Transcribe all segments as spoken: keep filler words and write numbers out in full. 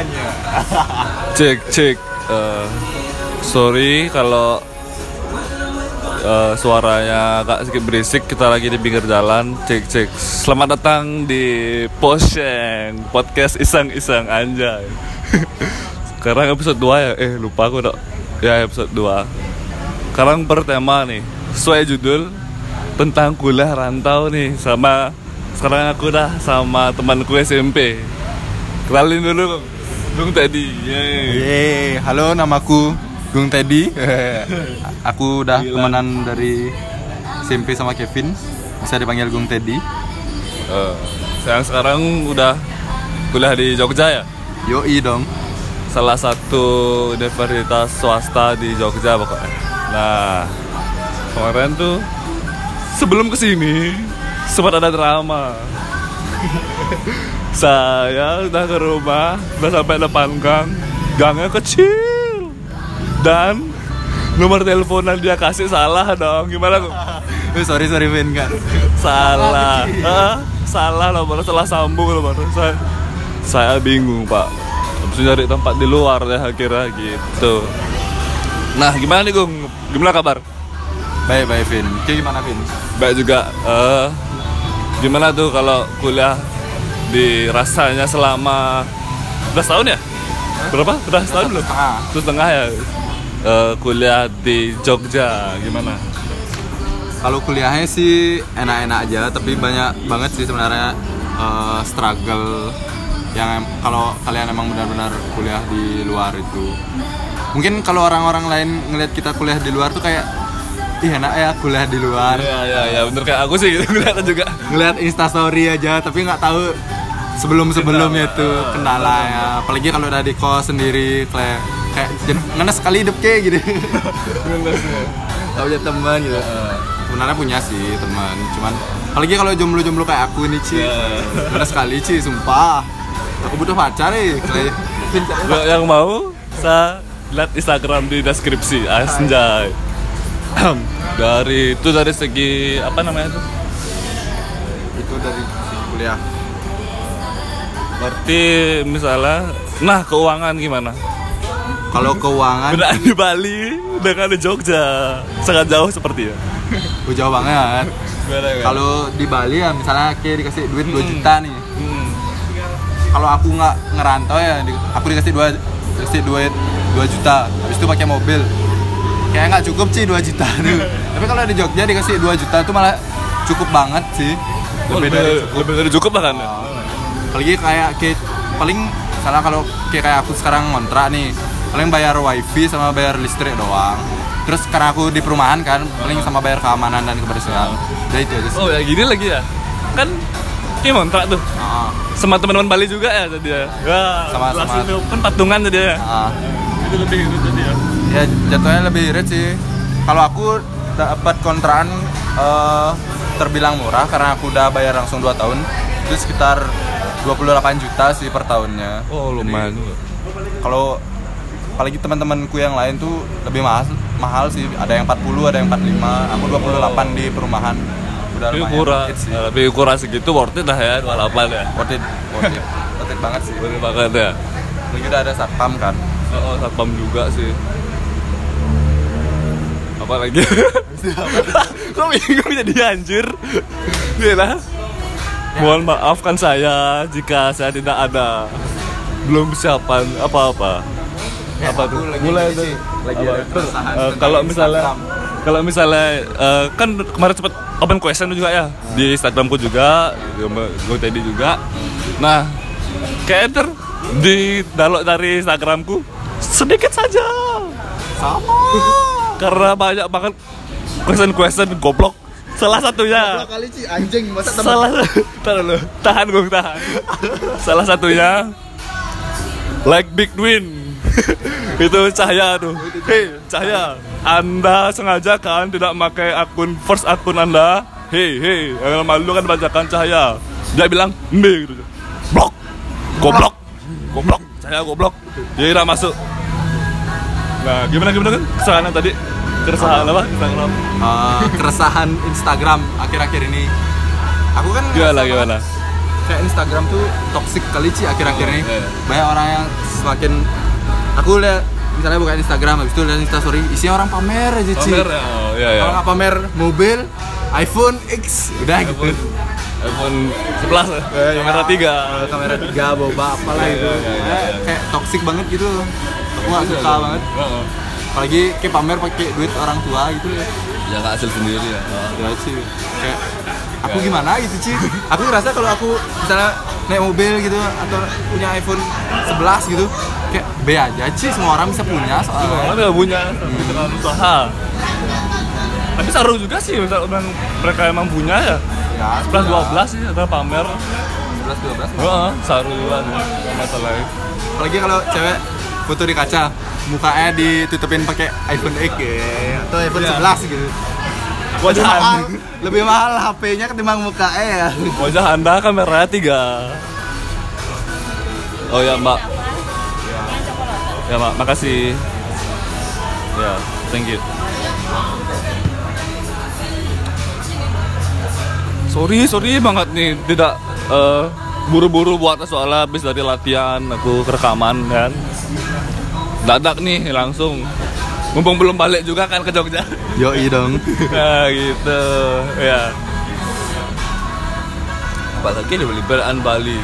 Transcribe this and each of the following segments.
semuanya. Cek cek. Uh, sorry kalau uh, suaranya agak sedikit berisik. Kita lagi di pinggir jalan. Cek cek. Selamat datang di Posheng Podcast iseng-iseng anjay. Sekarang episode dua ya. Eh lupa aku dok. Ya episode dua. Sekarang bertema nih sesuai judul tentang kuliah rantau nih. Sama sekarang aku udah sama temanku S M P. Kenalin dulu Gung Teddy. Yeay, halo namaku Gung Teddy. Aku udah Gila. Temenan dari S M P sama Kevin. Bisa dipanggil Gung Teddy. uh, Saya sekarang udah kuliah di Jogja ya. Yoi dong. Salah satu universitas swasta di Jogja pokoknya. Nah, kemarin tuh sebelum kesini sempat ada drama. Saya udah ke rumah, udah sampai depan gang, gangnya kecil, dan nomor teleponan dia kasih salah dong. Gimana tuh? sorry sorry Vin kan. Salah, ah, salah nomor, salah sambung nomor. Saya, saya bingung pak. Habis nyari tempat di luar deh akhirnya gitu. Nah gimana nih Gung? Gimana kabar? Baik baik Vin. Oke gimana Vin? Baik juga. Uh, gimana tuh kalau kuliah di rasanya selama udah setahun ya? Berapa? Udah setahun belum? Terus setengah ya. Uh, kuliah di Jogja gimana? Kalau kuliahnya sih enak-enak aja, tapi banyak banget sih sebenarnya uh, struggle yang kalau kalian emang benar-benar kuliah di luar itu. Mungkin kalau orang-orang lain ngelihat kita kuliah di luar tuh kayak ih enak ya kuliah di luar. Iya iya iya bener kayak aku sih gitu ngeliat juga. Ngeliat Instastory aja tapi nggak tahu sebelum-sebelumnya tuh kendala ya. Apalagi kalau udah di kos sendiri kayak kayak ngenes sekali hidup kayak gitu. Ngenes ya. Tahu aja teman gitu. Sebenarnya punya sih teman, cuman apalagi kalau jomblo-jomblo kayak aku ini Ci. Ngenes sekali Ci, sumpah. Aku butuh pacar nih. Kayak yang mau saya lihat Instagram di deskripsi anjay. Dari itu dari segi apa namanya tuh? Itu dari segi kuliah. Berarti misalnya, nah keuangan gimana? Kalau keuangan benar di Bali dengan di Jogja sangat jauh sepertinya. Oh, jauh banget. Kalau di Bali ya misalnya kayak dikasih duit dua juta nih. Hmm. Kalau aku nggak ngerantau ya, aku dikasih dua dikasih duit dua juta. Habis itu pakai mobil. Kayak nggak cukup sih dua juta tuh. Tapi kalau di Jogja dikasih dua juta itu malah cukup banget sih. Lebih, oh, lebih dari cukup. Lebih dari cukup bahkan ya. Oh. Apalagi kayak, kayak paling salah kalau kayak, kayak aku sekarang ngontrak nih, paling bayar wifi sama bayar listrik doang. Terus karena aku di perumahan kan, paling sama bayar keamanan dan kebersihan. Jadi itu aja sih. Oh ya gini lagi ya. Kan ini ngontrak tuh. Uh. Sama teman-teman Bali juga ya tadi ya. Ya sama sama kan patungan tadi ya. Uh. Itu lebih irit tadi ya. Ya jatuhnya lebih irit sih. Kalau aku dapat kontrakan uh, terbilang murah karena aku udah bayar langsung dua tahun. Itu sekitar dua puluh delapan juta sih per tahunnya. Oh lumayan juga. Kalau apalagi teman-temanku yang lain tuh lebih mahal mahal sih. Ada yang empat puluh, ada yang empat puluh lima. Aku dua puluh delapan di perumahan. Udah lebih lumayan kurang sih. Lebih kurang segitu worth it lah ya dua puluh delapan ya. Worth it. Worth it. Worth it banget sih. Worth it banget ya. Lagi udah ada satpam kan. Oh, satpam juga sih. Apa lagi? Kok bingung jadi anjir? Iya lah. Mohon maafkan saya jika saya tidak ada belum persiapan apa-apa. Ya, apa tuh? Mulai tuh. Lagi ada keresahan. Uh, kalau misalnya kalau misalnya uh, kan kemarin sempat open question juga ya di Instagramku juga, gue tadi juga. Nah, kayak ter di download dari Instagramku sedikit saja. Sama. Karena banyak banget question-question goblok. Salah satunya. Goblok kali sih anjing masa teman. Salah tahan lu. Tahan gue tahan. Salah satunya like big win. Itu Cahya tuh. Hei, Cahya, Anda sengaja kan tidak pakai akun first akun Anda? Hei, hei, yang malu kan bacakan Cahya. Dia bilang, "Mbe" gitu. Blok. Goblok. Goblok. Cahya goblok. Dia tidak masuk. Nah, gimana gimana kan? Keresahan tadi. Keresahan apa? Instagram. Uh, keresahan Instagram akhir-akhir ini. Aku kan gimana gimana? Kayak Instagram tuh toxic kali sih akhir-akhir oh, ini. iya. Banyak orang yang semakin aku lihat misalnya buka Instagram habis itu lihat Instastory isinya orang pamer aja Ci. Pamer ya. Oh, iya, iya. Kalau nggak pamer mobil, iPhone X udah gitu. iPhone sebelas ya. Eh, Kamera tiga. Kamera tiga bawa apalah Iya, gitu. iya, iya, iya. Eh, kayak toxic banget gitu. Aku nggak suka Iya, iya. banget. Heeh. Apalagi kayak pamer pakai duit orang tua gitu ya. Ya nggak hasil sendiri ya. Oh. Ya sih. Kayak aku gimana gitu Ci. Aku ngerasa kalau aku misalnya naik mobil gitu atau punya iPhone sebelas gitu kayak B aja Ci, semua orang bisa punya soalnya. Orang nggak punya dengan usaha. Tapi seru juga sih misal orang mereka emang punya ya. Ya, Sebelas dua belas sih ada pamer. sebelas dua belas. Heeh, seru juga sih masalahnya. Apalagi kalau cewek foto di kaca, mukanya ditutupin pakai iPhone X ya, atau iPhone Ya. sebelas gitu. Lebih Wajah mahal, anda, lebih mahal H P-nya ketimbang mukanya ya. wajah anda kameranya tiga. Oh ya mbak. Ya mbak, makasih. Ya, thank you. Sorry, sorry banget nih tidak eh, buru-buru buat soalnya habis dari latihan aku rekaman kan. Dadak nih langsung. Mumpung belum balik juga kan ke Jogja. Yoi dong. Nah gitu ya. Apa lagi nih liburan Bali?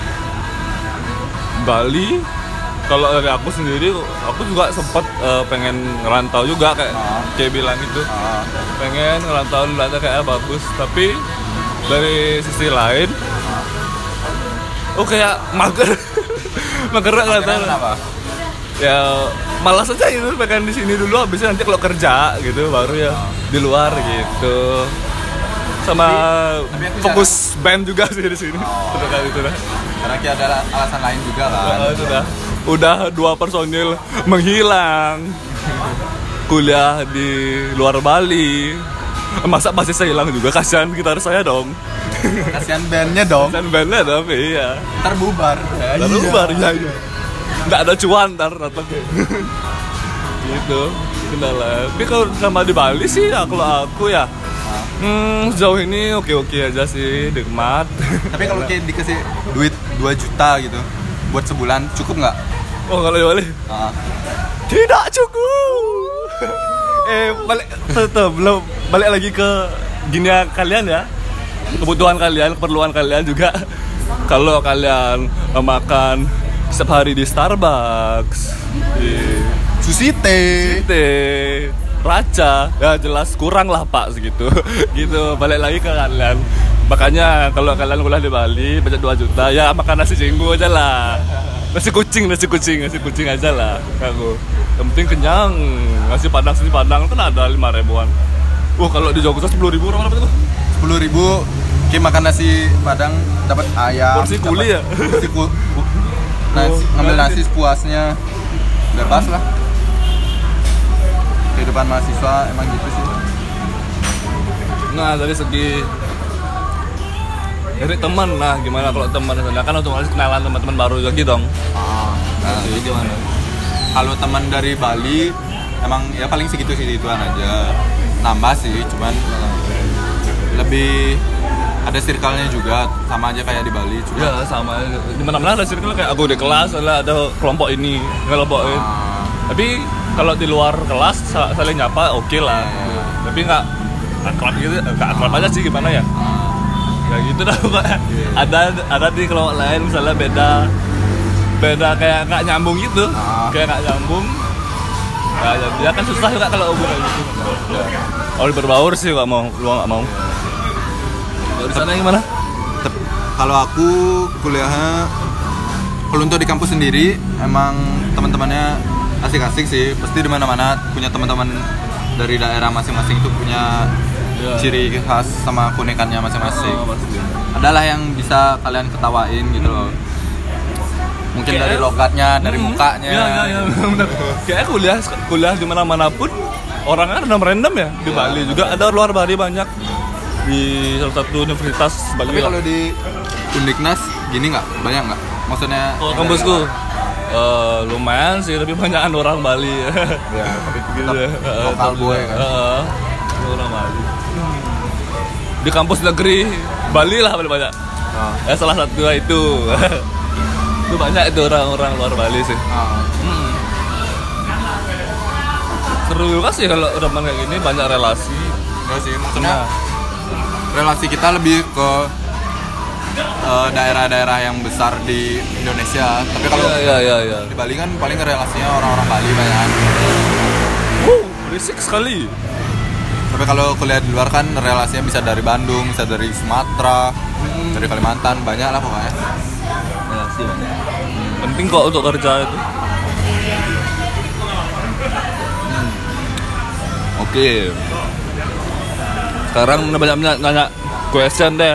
Bali kalau dari aku sendiri aku juga sempat uh, pengen ngerantau juga kayak Ah. kayak bilang gitu. Ah. Pengen ngerantau lihatnya kayak bagus tapi dari sisi lain oh kayak mager. Mager ngerantau. Kenapa? Ya malas aja gitu pengen di sini dulu habisnya nanti kalau kerja gitu baru ya di luar gitu sama tapi aku fokus band juga sih di sini sudah kali itu dah Karena kayak ada alasan lain juga kan. Ah, sudah udah dua personil menghilang kuliah di luar Bali masa masih saya hilang juga kasihan gitaris saya dong Kasihan bandnya dong. kasihan bandnya tapi iya Ntar bubar. lalu baru ya iya. Nggak ada cuan ntar datang gitu kendala tapi kalau sama di Bali sih ya kalau aku ya hmm, sejauh ini oke-oke aja sih nikmat. Tapi kalau kayak dikasih duit dua juta gitu buat sebulan cukup nggak? Oh kalau di Bali Ah. tidak cukup. eh balik tetap belum balik lagi ke gini ya kalian ya kebutuhan kalian keperluan kalian juga. Kalau kalian eh, makan setiap hari di Starbucks di Sushi teh. teh Raja ya jelas kurang lah pak segitu gitu balik lagi ke kalian makanya kalau kalian kuliah di Bali budget dua juta ya makan nasi jenggo aja lah nasi kucing nasi kucing nasi kucing aja lah aku yang penting kenyang nasi padang nasi padang kan ada lima ribuan. Wah kalau di Jogja sepuluh ribu orang berapa tuh? Sepuluh ribu. Kayak makan nasi padang dapat ayam. Porsi kuli ya? Porsi ku, ku- nasi, Oh, ngambil berarti- nasi sepuasnya. Bebas lah. Kehidupan mahasiswa emang gitu sih. Nah dari segi dari teman, nah gimana kalau teman misalnya kan otomatis kenalan teman-teman baru lagi dong. Ah, Nah jadi gimana? kalau teman dari Bali emang ya paling segitu segituan aja. Nambah sih, cuman lebih ada circle-nya juga sama aja kayak di Bali. Cuma Ya sama, di mana-mana ada circle kayak aku di kelas ada, ada kelompok ini, kelompokin. ah, Tapi kalau di luar kelas sa- saling nyapa oke lah. Ya. Tapi nggak akrab gitu, nggak akrab aja sih gimana ya? ah, Ya gitu dah pokoknya. Ada ada di kelompok lain misalnya beda beda kayak nggak nyambung gitu, Ah. kayak nggak nyambung. Ya, ya, dia kan susah juga kalau obrolan gitu. Ya. Kalau berbaur sih nggak mau, lu nggak mau. Kalau di sana gimana? Tep- kalau aku kuliahnya kalau untuk di kampus sendiri emang teman-temannya asik-asik sih, pasti di mana-mana punya teman-teman dari daerah masing-masing itu punya Ya. ciri khas sama keunikannya masing-masing. Oh, pasti. Adalah yang bisa kalian ketawain gitu loh. Mungkin Kayak- dari logatnya, dari Hmm. mukanya. Iya, iya, iya, benar. Kayak kuliah kuliah di mana-mana pun orangnya random random ya. Di Iya. Bali juga ada luar Bali banyak. Di salah satu universitas Bali. Tapi lah. kalau di Undiknas gini nggak? Banyak nggak? Maksudnya Oh, kampusku eh, lumayan sih, tapi banyakan orang Bali. ya, tapi Gitu ya. tetap lokal Eh, boy kan. eh, orang Bali. Di kampus negeri Bali lah paling banyak. Oh. Ya salah satu itu. Itu banyak itu orang-orang luar Bali sih. Ah. Hmm. Seru juga sih kalau teman kayak gini, banyak relasi. Enggak sih, maksudnya relasi kita lebih ke uh, daerah-daerah yang besar di Indonesia. Tapi kalau ya, ya, ya. di Bali kan paling relasinya orang-orang Bali banyak. Wow, berisik sekali. Tapi kalau kuliah di luar kan relasinya bisa dari Bandung, bisa dari Sumatera, hmm. dari Kalimantan, banyak lah pokoknya. Relasi banyak. Hmm. Penting kok untuk kerja itu. Hmm. Oke. Okay. Sekarang udah banyak nanya question deh.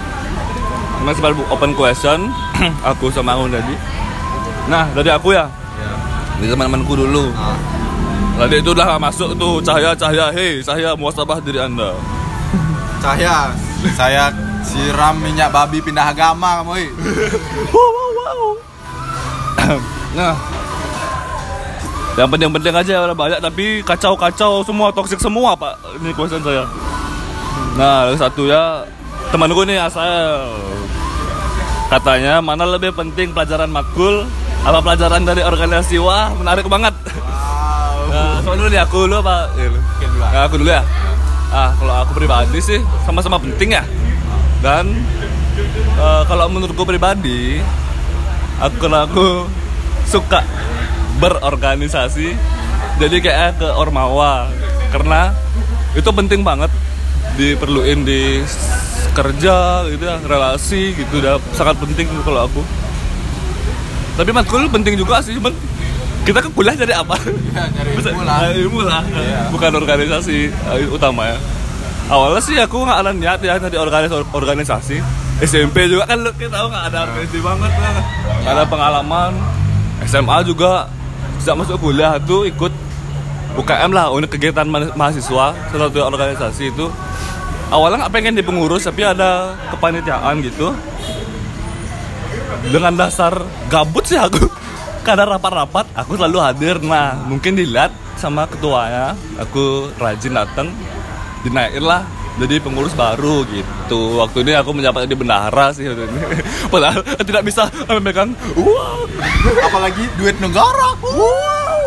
Masih baru open question. Aku sama aku tadi. Nah, dari aku ya. Yeah. Dari teman-temanku dulu. Ah. Tadi itu udah masuk tuh cahaya-cahaya. Hei, saya muhasabah diri Anda. Cahaya, saya siram minyak babi pindah agama kamu. Wow, wow, wow. Nah, yang penting-penting aja udah banyak tapi kacau-kacau semua, toksik semua Pak. Ini question saya. Nah, yang satu ya temanku nih asal katanya mana lebih penting pelajaran makul apa pelajaran dari organisasi. Wah, menarik banget. Wow. Nah, soal dulu nih aku dulu Pak. Nah, aku dulu ya. Ah, kalau aku pribadi sih sama-sama penting ya. Dan uh, kalau menurutku pribadi, aku aku suka berorganisasi. Jadi kayak ke Ormawa karena itu penting banget diperluin di kerja gitu ya, relasi gitu udah sangat penting kalau aku. Tapi matkul penting juga sih, cuman kita kan kuliah jadi apa? Ya, nyari ilmu lah. Ilmu lah, yeah. Bukan organisasi utama ya. Awalnya sih aku nggak ada niat ya tadi organisasi, organisasi. S M P juga kan kita tahu nggak ada organisasi banget lah. Nggak ada pengalaman. S M A juga sejak masuk kuliah tuh ikut U K M lah, unit kegiatan mahasiswa, salah satu organisasi itu. Awalnya nggak pengen di pengurus tapi ada kepanitiaan gitu. Dengan dasar gabut sih aku, karena rapat-rapat aku selalu hadir. Nah mungkin dilihat sama ketuanya, aku rajin datang, dinaikin lah jadi pengurus baru gitu. Waktu ini aku menjabat jadi bendahara sih padahal tidak bisa memegang uang, apalagi duit negara. Wow.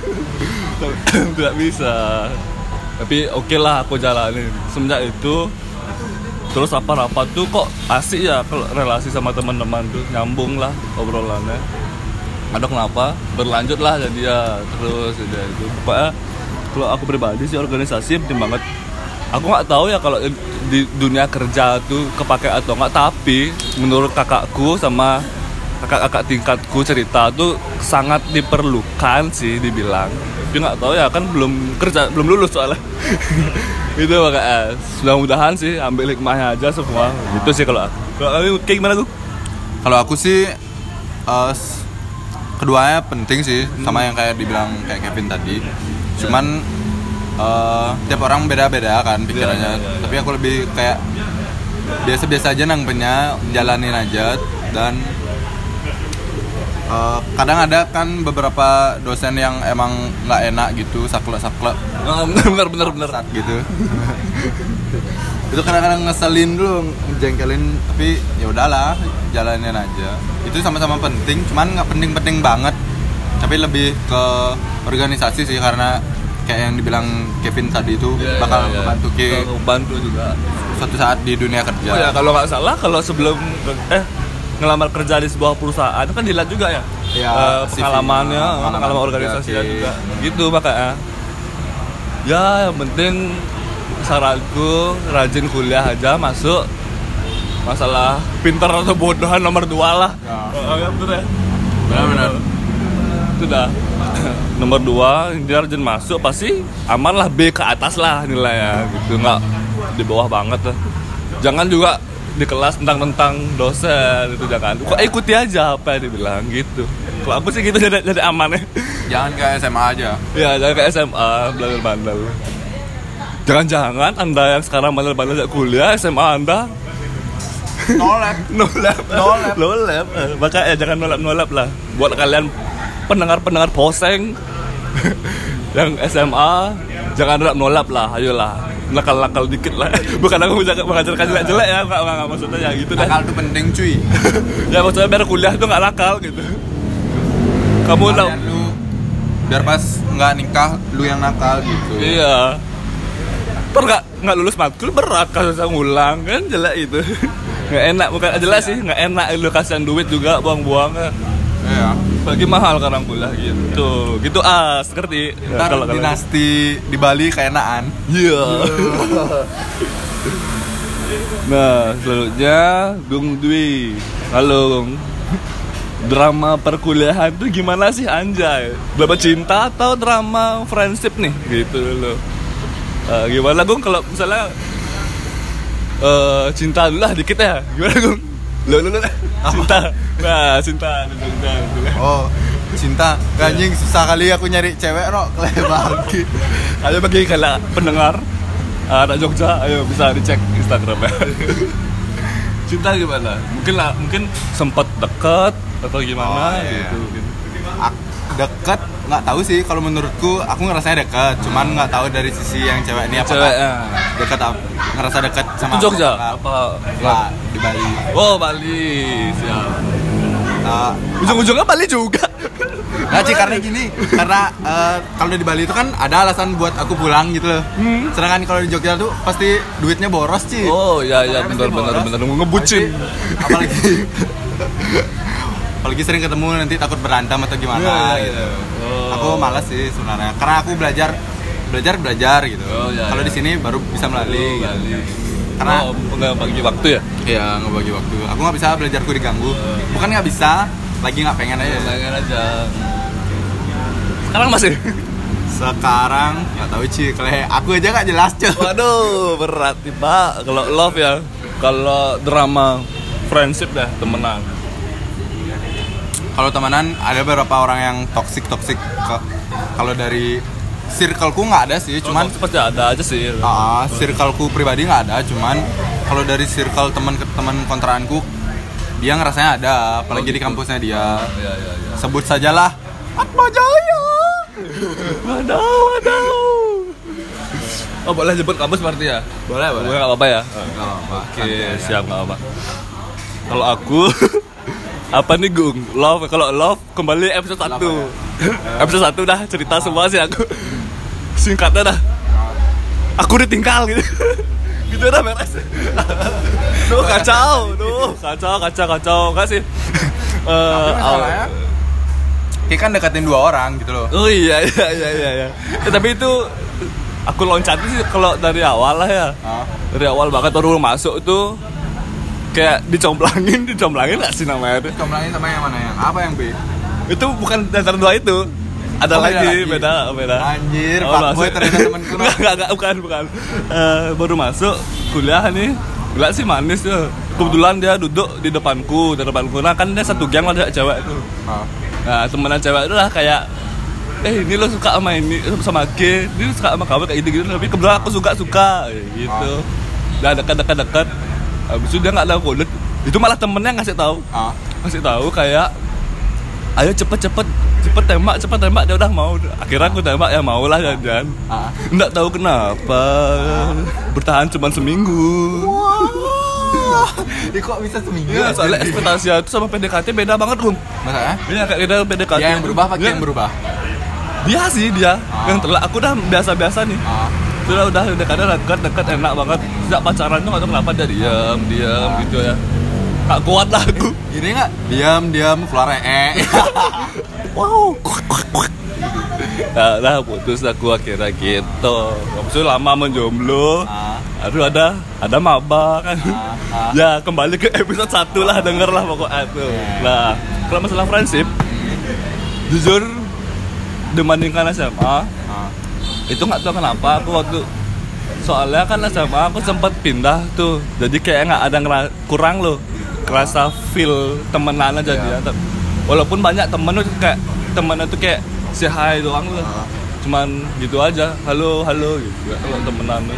Tidak bisa. Tapi oke okay lah aku jalanin. Semenjak itu terus rapat-rapat tuh kok asik ya kalau relasi sama teman-teman tuh, nyambung lah obrolannya. Ada kenapa berlanjut lah jadi ya terus jadi itu. Pokoknya kalau aku pribadi sih organisasi penting banget. Aku nggak tahu ya kalau di dunia kerja tuh kepake atau nggak, tapi menurut kakakku sama kakak-kakak tingkatku cerita tuh sangat diperlukan sih dibilang. Tapi nggak tahu ya kan belum kerja, belum lulus soalnya. Itu makanya mudah-mudahan sih ambil hikmahnya aja semua. Gitu sih kalau aku. Kalau kamu kayak gimana tuh? Kalau aku sih uh, keduanya penting sih, hmm. sama yang kayak dibilang kayak Kevin tadi. Cuman uh, tiap orang beda-beda kan pikirannya. Ya, ya, ya, ya. Tapi aku lebih kayak biasa-biasa aja nangpenya, jalanin aja. Dan uh, kadang ada kan beberapa dosen yang emang nggak enak gitu, saklek-saklek. Oh, bener bener bener gitu. Itu kadang-kadang ngeselin dulu, jengkelin, tapi ya udahlah, jalanin aja. Itu sama-sama penting, cuman nggak penting-penting banget. Tapi lebih ke organisasi sih, karena kayak yang dibilang Kevin tadi itu yeah, bakal yeah, membantu yeah. Ke bantu juga suatu saat di dunia kerja. Oh ya, kalau nggak salah kalau sebelum eh ngelamar kerja di sebuah perusahaan itu kan dilihat juga ya, ya uh, pengalamannya, pengalaman organisasinya juga. Gitu makanya. Ya yang penting saranku rajin kuliah aja masuk. Masalah pintar atau bodohan nomor dua lah. Ya. Oh, ya betul ya. Benar-benar. Sudah. Nomor dua dia rajin masuk pasti aman lah, B ke atas lah nilainya gitu, nggak di bawah banget lah. Jangan juga di kelas tentang-tentang dosen itu jangan. Kok ikuti aja apa yang dibilang gitu. Kalau aku sih gitu jadi, jadi aman ya. Jangan kayak S M A aja. Ya jangan kayak S M A bandel-bandel. Jangan-jangan Anda yang sekarang bandel-bandel kuliah, S M A Anda no lab, no lab, no lab, no lab. Makanya jangan no lab, no lab lah. Buat kalian pendengar-pendengar poseng yang S M A, jangan no lab lah, ayolah. nakal-nakal dikit lah. Bukan aku mengajarkan jelek-jelek ya, enggak enggak maksudnya ya gitu dah. Nakal tuh penting cuy. Ya maksudnya biar kuliah tuh enggak nakal gitu. Kamu tahu lu biar pas nggak nikah lu yang nakal gitu. Iya. Ntar nggak nggak lulus matkul berat kasus ngulang kan jelek itu. Nggak enak bukan jelas sih nggak enak lu kasihan duit juga buang-buang. Iya. Bagi mahal sekarang kuliah gitu. Gitu as ngerti. Ntar Kalau dinasti di Bali keenaan. Iya. Nah selanjutnya Gung Dwi. Halo Gung. Drama perkuliahan tuh gimana sih anjay? Drama cinta atau drama friendship nih? Gitu loh. Uh, gimana Gung kalau misalnya uh, cinta dulu lah dikit ya? Gimana Gung? Lo lo lo cinta. Nah, cinta cinta. Oh, cinta. Anjing susah kali aku nyari cewek no, kayak bagi. Ayo bagi kalian pendengar uh, anak Jogja, ayo bisa dicek Instagramnya. Cinta gimana? Mungkin lah, mungkin sempat dekat atau gimana oh, iya. gitu. Dekat nggak tahu sih kalau menurutku aku ngerasanya dekat, cuman nggak tahu dari sisi yang cewek ini apa dekat ngerasa dekat sama itu Jogja aku, apa nggak di Bali. Oh Bali siap. Nah, ujung-ujungnya Bali juga. Nah, Ci, karena gini, karena uh, kalau di Bali itu kan ada alasan buat aku pulang gitu loh. Hmm. Sedangkan kalau di Jogja tuh pasti duitnya boros, Ci. Oh, iya iya benar benar benar ngebucin. Apalagi apalagi sering ketemu nanti takut berantem atau gimana ya, gitu. Ya. Oh. Aku malas sih sebenarnya. Karena aku belajar belajar belajar gitu. Oh, ya, kalau ya. Di sini baru bisa melalui. Oh, gitu. Karena oh, nggak bagi waktu ya? Iya, nggak bagi waktu. Aku nggak bisa belajarku diganggu. Oh. Bukan nggak bisa, lagi nggak pengen aja. Pengen aja. Sekarang masih? Sekarang nggak tahu Ci. Kalau aku aja nggak jelas cuy. Waduh, berat nih Pak. Kalau love ya, kalau drama friendship dah temenan. Kalau temenan ada beberapa orang yang toksik toksik. Kalau dari circleku nggak ada sih, cuman oh, pasti ada aja sih. Ah, uh, circleku pribadi nggak ada, cuman kalau dari circle teman teman kontraanku dia ngerasanya ada, apalagi oh, gitu. Di kampusnya dia. Ya, ya, ya. Sebut sajalah Atma Jaya. Waduh, waduh. Oh boleh sebut kampus berarti ya? Boleh, boleh. Nggak apa-apa ya? Nggak apa-apa. Oke, siap nggak apa-apa. Kalau aku apa nih Gung? Love, kalau love kembali episode satu. Ya. Episode satu dah cerita semua sih aku. Singkatnya dah. Aku ditinggal gitu. Gitu dah beres. Duh kacau, duh kacau kacau kacau enggak sih? Eh, uh, Kayak kan deketin dua orang gitu loh. Oh iya iya iya iya. iya. Ya, tapi itu aku loncatin sih kalau dari awal lah ya. Huh? Dari awal banget baru masuk itu kayak dicomblangin, dicomblangin nggak sih namanya itu? Dicomblangin sama yang mana yang? Apa yang B? Itu bukan antara dua itu. Ada oh, lagi, lagi, beda, beda. Anjir, oh, fuckboy ternyata temenku. Enggak, enggak, bukan, bukan. Uh, baru masuk kuliah nih. Gila sih manis tuh. Kebetulan dia duduk di depanku, di depanku. Nah kan dia satu geng ada cewek tuh. Oh. Nah temenan cewek itu lah kayak, eh ini lo suka sama ini, sama G, ini lo suka sama kamu kayak gitu-gitu. Tapi kebetulan aku suka-suka, gitu. Oh. Udah dekat-dekat-dekat. Abis itu dia nggak tahu kode, itu malah temennya ngasih tahu, ah. ngasih tahu kayak, ayo cepet-cepet, cepet tembak, cepet tembak dia udah mau. Akhirnya aku tembak ya mau lah jangan. Ah. Nggak tahu kenapa ah. bertahan cuma seminggu. Wah, ya, kok bisa seminggu? Ya, soalnya ekspektasi itu sama P D K T beda banget Gung. Masalahnya? Iya kayak kita P D K T. Dia yang berubah apa yang berubah? Dia sih dia, ah. yang terlalu aku udah biasa-biasa nih. Ah. Sudah udah dekat dekat dekat enak banget. Sejak pacaran tuh nggak tahu kenapa dia diam diam nah. gitu ya. Gak kuat lah aku. Ini nggak diam diam keluar ee. Wow. Nah, nah putus aku akhirnya gitu. Maksudnya lama menjomblo. Ah. Aduh ada ada maba kan. Ah. Ah. Ya kembali ke episode satu lah denger lah pokoknya tuh. Yeah. Nah kalau masalah friendship, jujur dibandingkan S M A. Ah. Itu nggak tahu kenapa aku waktu soalnya kan S M A aku sempat pindah tuh jadi kayak nggak ada ngera- kurang loh kerasa feel temenan aja yeah. dia walaupun banyak temen tuh kayak temennya tuh kayak say hi doang loh uh. cuman gitu aja halo halo gitu kalau temenan tuh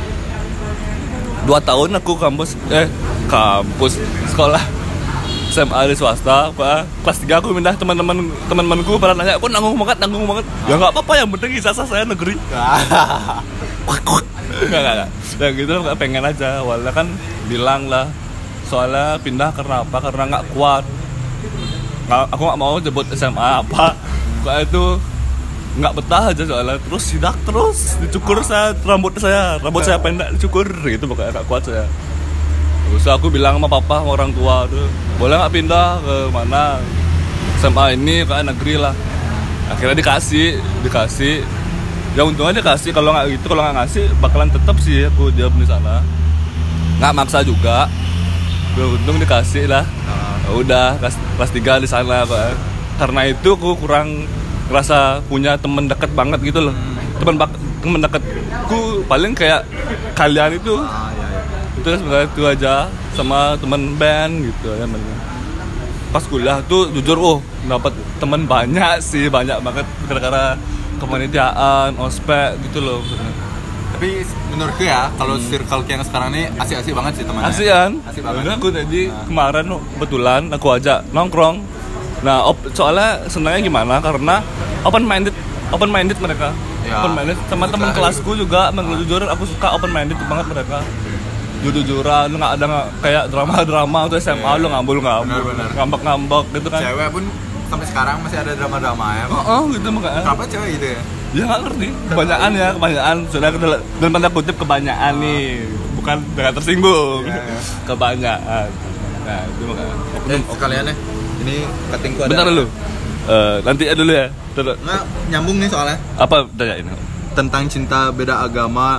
dua tahun aku kampus eh kampus sekolah S M A di swasta, apa kelas tiga aku pindah teman-teman teman-temanku pada nanya, "Kok nanggung banget, nanggung banget." Ya enggak apa-apa, yang penting ijazah saya negeri. Enggak, enggak, enggak. Ya gitu enggak pengen aja. Awalnya kan bilang lah. Soalnya pindah karena apa? Karena enggak kuat. Nggak, aku enggak mau jebut S M A apa. Kayak itu enggak betah aja soalnya. Terus sidak terus dicukur saya rambut saya. Rambut saya pendek dicukur gitu pokoknya enggak kuat saya. Terus aku bilang sama papa sama orang tua tuh, boleh enggak pindah ke mana? S M A ini kayak negeri lah. Akhirnya dikasih, dikasih. Ya untungnya dikasih, kalau nggak gitu, kalau nggak ngasih bakalan tetap sih aku diam di sana. Nggak maksa juga. Untung dikasih lah. Ya udah kelas kelas tiga di sana Pak. Karena itu aku kurang ngerasa punya temen deket banget gitu loh. Temen bak- temen deketku paling kayak kalian itu. Terus sebenarnya itu aja sama temen band gitu ya. Pas kuliah tuh jujur oh dapat teman banyak sih, banyak banget gara-gara kepanitiaan, ospek gitu loh. Tapi menurutku ya kalau hmm. circle yang sekarang ini asik-asik banget sih temannya. Asik kan? Asik banget. Nah, aku tadi nah. kemarin kebetulan aku ajak nongkrong. Nah, op, soalnya senangnya gimana? Karena open minded, open minded mereka. Ya, open minded sama teman kelasku juga. Nah. Jujur aku suka open minded banget mereka. Jujur-jujuran, lu nggak ada gak, kayak drama-drama tuh S M A yeah. Lu ngambul-ngambul, ngambek-ngambek gitu kan. Cewek pun sampai sekarang masih ada drama-drama ya kok. Oh, gitu makanya. Kenapa cewek gitu ya? Ya nggak ngerti. Kebanyakan ya, kebanyakan. Sudah dalam tanda kutip kebanyakan oh. nih, bukan dengan tersinggung. Yeah, yeah. Kebanyakan. Nah, itu makanya. Eh, sekalian ya. Ini cuttingku ada. Bentar dulu. Uh, nanti ya dulu ya. Terus. Nggak nyambung nih soalnya. Apa tanyain? Tentang cinta beda agama.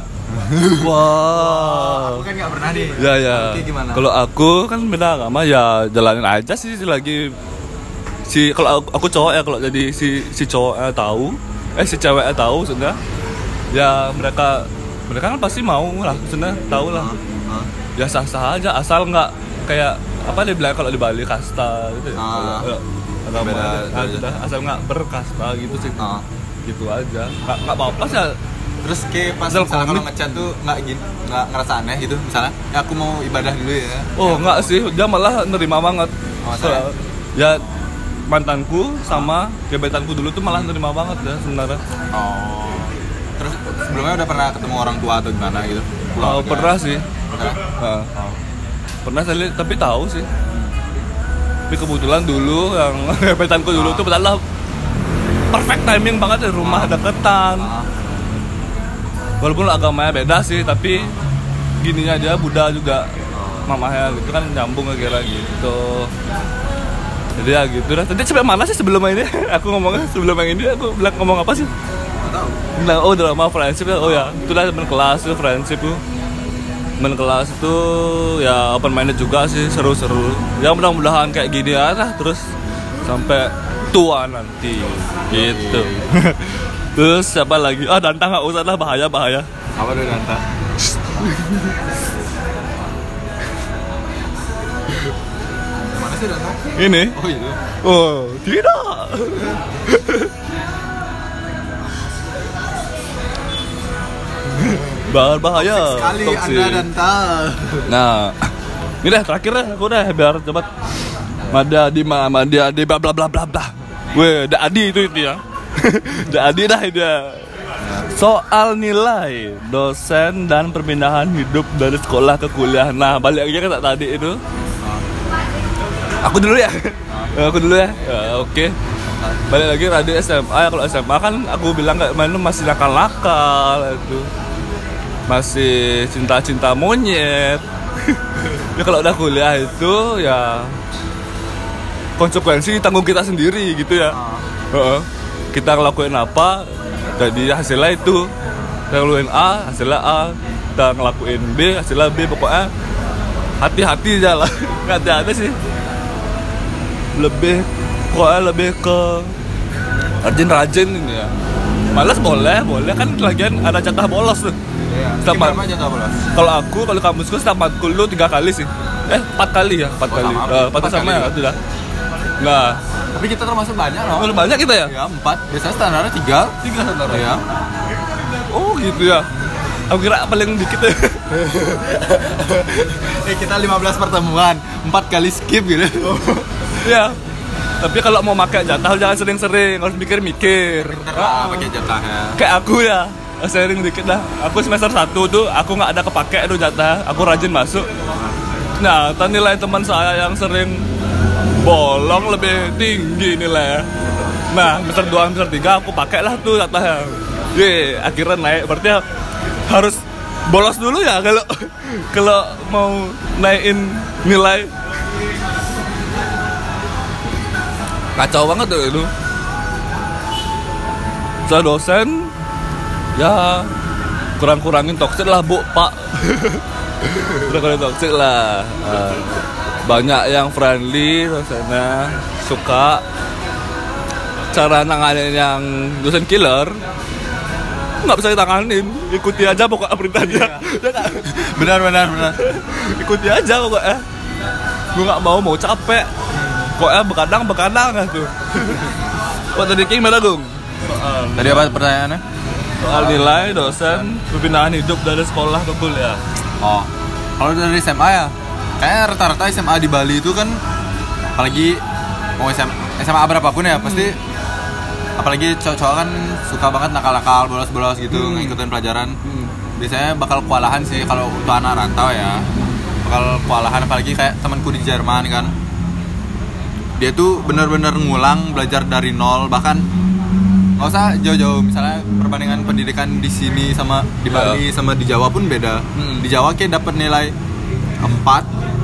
Wow. Aku kan nggak pernah nih. Ya ya. Kalau aku kan beda agama ya jalanin aja sih lagi. Si kalau aku, aku cowok ya kalau jadi si si cowoknya tahu, eh si ceweknya tahu sudah. Ya mereka mereka kan pasti mau lah, sudah tahu lah. Uh, uh. Ya sah-sah aja asal nggak kayak apa dia bilang kalau di Bali kasta gitu ya. Uh. Kalau agama beda, beda. Asal nggak berkasta gitu sih. Uh. Gitu aja. Nggak nggak apa-apa sih. Terus kayak pas misalnya kalau ngechat tuh nggak gini, nggak ngerasa aneh gitu misalnya, ya aku mau ibadah dulu ya. Oh nggak sih, dia malah nerima banget. Oh, so, ya mantanku sama gebetanku dulu tuh malah nerima banget ya sebenarnya. Oh. Terus sebelumnya udah pernah ketemu orang tua atau gimana gitu? Oh, pernah sih. Pernah? Nah, oh. Pernah saya tapi tahu sih. Tapi kebetulan dulu yang gebetanku dulu oh. tuh betul perfect timing banget ya, rumah oh. deketan. Oh. Walaupun agamanya beda sih, tapi gininya dia Buddha juga mamahnya gitu kan nyambung kira gitu. Jadi ya gitu dah. Tadi sampai mana sih sebelum ini? Aku ngomongnya sebelum yang ini aku bilang ngomong apa sih? Enggak tahu. Bilang oh drama friendship ya. Oh ya, itu lah teman kelas itu friendship tuh. Teman kelas itu ya open minded juga sih, seru-seru. Ya mudah-mudahan kayak gini aja terus sampai tua nanti gitu. Terus siapa lagi? Ah Danta nggak usah lah, bahaya bahaya. Apa tuh Danta? Mana sih Danta? Ini? Oh itu. Oh tidak. Bahaya bahaya. Sekali Anda Danta. Nah, ini deh terakhir deh aku deh biar cepat. Mada di ma, Mada di bla bla bla bla bla. Weh, ada Adi itu itu ya. Jadi dah dia soal nilai dosen dan perpindahan hidup dari sekolah ke kuliah. Nah balik lagi kan tadi itu. Aku dulu ya. Aku dulu ya. Ya oke. Okay. Balik lagi tadi S M A. Kalau S M A kan aku bilang nggak main masih nakal-nakal itu. Masih cinta-cinta monyet. Ya kalau udah kuliah itu ya konsekuensi tanggung kita sendiri gitu ya. Uh-uh. Kita ngelakuin apa, jadi hasilnya itu. Kita ngelakuin A, hasilnya A. Kita ngelakuin B, hasilnya B. Pokoknya hati-hati aja lah. Hati-hati sih. Lebih, pokoknya lebih ke rajin-rajin ini ya. Malas boleh, boleh kan lagian ada jatah bolos tuh. Iya. Gimana jatah bolos? Kalau aku, kalau kampusku setiap matkul lu tiga kali sih. Eh, empat kali ya, empat oh, kali. Sama, uh, empat sama ya, sudah. Nah, tapi kita termasuk banyak loh. Terlalu banyak kita ya? Ya, empat. Biasanya standarnya tiga. Tiga standarnya? Ya. Oh gitu ya? Aku kira paling dikit ya. Eh, kita lima belas pertemuan, empat kali skip gitu. Ya. Tapi kalau mau pakai jatah jangan sering-sering, harus mikir-mikir. Ah, pakai jatahnya. Kayak aku ya. sharing dikit dah. Aku semester satu tuh aku nggak ada kepake tuh jatah. Aku rajin masuk. Nah, nilai teman saya yang sering bolong lebih tinggi nilai. Nah, semester dua, semester tiga aku pakai lah tuh jatahnya. Ye, akhirnya naik. Berarti harus bolos dulu ya kalau kalau mau naikin nilai. Kacau banget tuh itu. Saya dosen ya kurang-kurangin toksik lah bu pak. Kurang-kurangin toksik lah. Uh, banyak yang friendly dosennya, suka cara nanganin yang dosen killer. Nggak bisa ditanganin, ikuti aja pokoknya perintahnya. Benar benar benar. Ikuti aja pokoknya. Gue nggak mau mau capek. Pokoknya bekadang bekadang tuh. Buat tadi King mana Gung? Soal tadi apa pertanyaannya? Soal nilai dosen perpindahan hidup dari sekolah ke kuliah. Oh, kalau dari S M A ya, kayaknya rata-rata S M A di Bali itu kan, apalagi mau S M A, S M A berapapun ya pasti, hmm. apalagi cowok-cowok kan suka banget nakal-nakal, bolos-bolos gitu, hmm. ngikutin pelajaran. Hmm. Biasanya bakal kewalahan sih kalau untuk anak rantau ya, bakal kewalahan apalagi kayak temanku di Jerman kan. Dia tuh benar-benar ngulang belajar dari nol, bahkan nggak usah jauh-jauh, misalnya perbandingan pendidikan di sini sama di Bali yeah. sama di Jawa pun beda. Hmm. Di Jawa kayak dapat nilai empat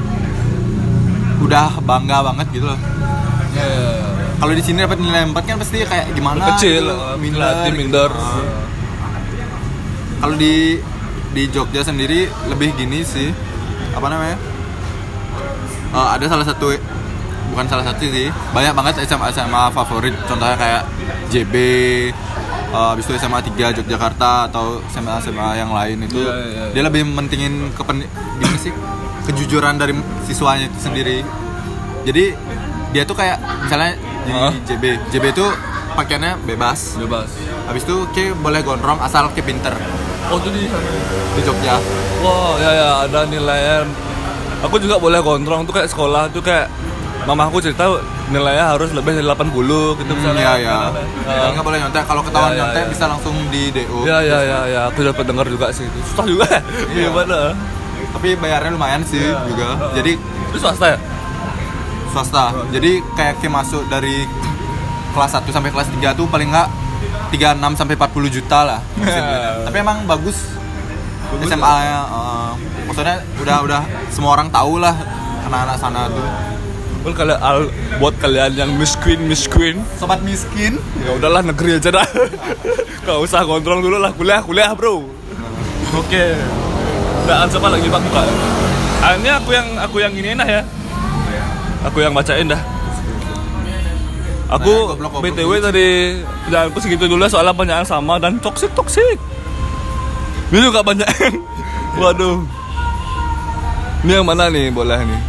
udah bangga banget gitu loh. Yeah, yeah, yeah. Kalau di sini dapat nilai empat kan pasti kayak gimana? Kecil, gitu, minder. minder. Uh, kalau di di Jogja sendiri lebih gini sih, apa namanya? Uh, ada salah satu bukan salah satu sih, banyak banget S M A S M A favorit, contohnya kayak J B, uh, habis itu S M A tiga Yogyakarta atau S M A S M A yang lain itu yeah, yeah, yeah. Dia lebih mentingin kepen gimana sih kejujuran dari siswanya itu sendiri. Jadi dia tuh kayak misalnya di huh? J B, J B itu pakaiannya bebas, bebas. Habis itu kayak boleh gondrong asal kayak pinter. Oh tuh di sana di Jogja. Wow ya ya ada nilainya. Aku juga boleh gondrong tuh kayak sekolah tuh kayak mamaku cerita nilainya harus lebih dari delapan puluh gitu misalnya. Iya iya. Uh, Enggak boleh nyontek. Kalau ketahuan ya, ya, nyontek ya. Bisa langsung di D O. Iya iya iya ya. Aku dapat dengar juga sih. Susah juga. Iya mana? Tapi bayarnya lumayan sih ya. Juga. Uh, Jadi itu swasta ya? Swasta. Uh. Jadi kayak kayak masuk dari kelas satu sampai kelas tiga tuh paling enggak tiga puluh enam sampai empat puluh juta lah. Yeah. Tapi emang bagus. bagus S M A-nya uh, maksudnya udah udah semua orang tahu lah anak-anak sana tuh. Well, kalau al, buat kalian yang miskin miskin, sobat miskin, ya udahlah negeri aja dah. Gak usah kontrol dulu lah, kuliah kuliah bro. Oke. Okay. Nah, siapa lagi bang buka? Ah, ini aku yang aku yang ini nah ya. Aku yang bacain dah. Aku nah, B T W tadi aku segitu dulu soalnya banyak yang sama dan toksik toksik. Ini juga banyak. Waduh. Ini yang mana nih boleh nih?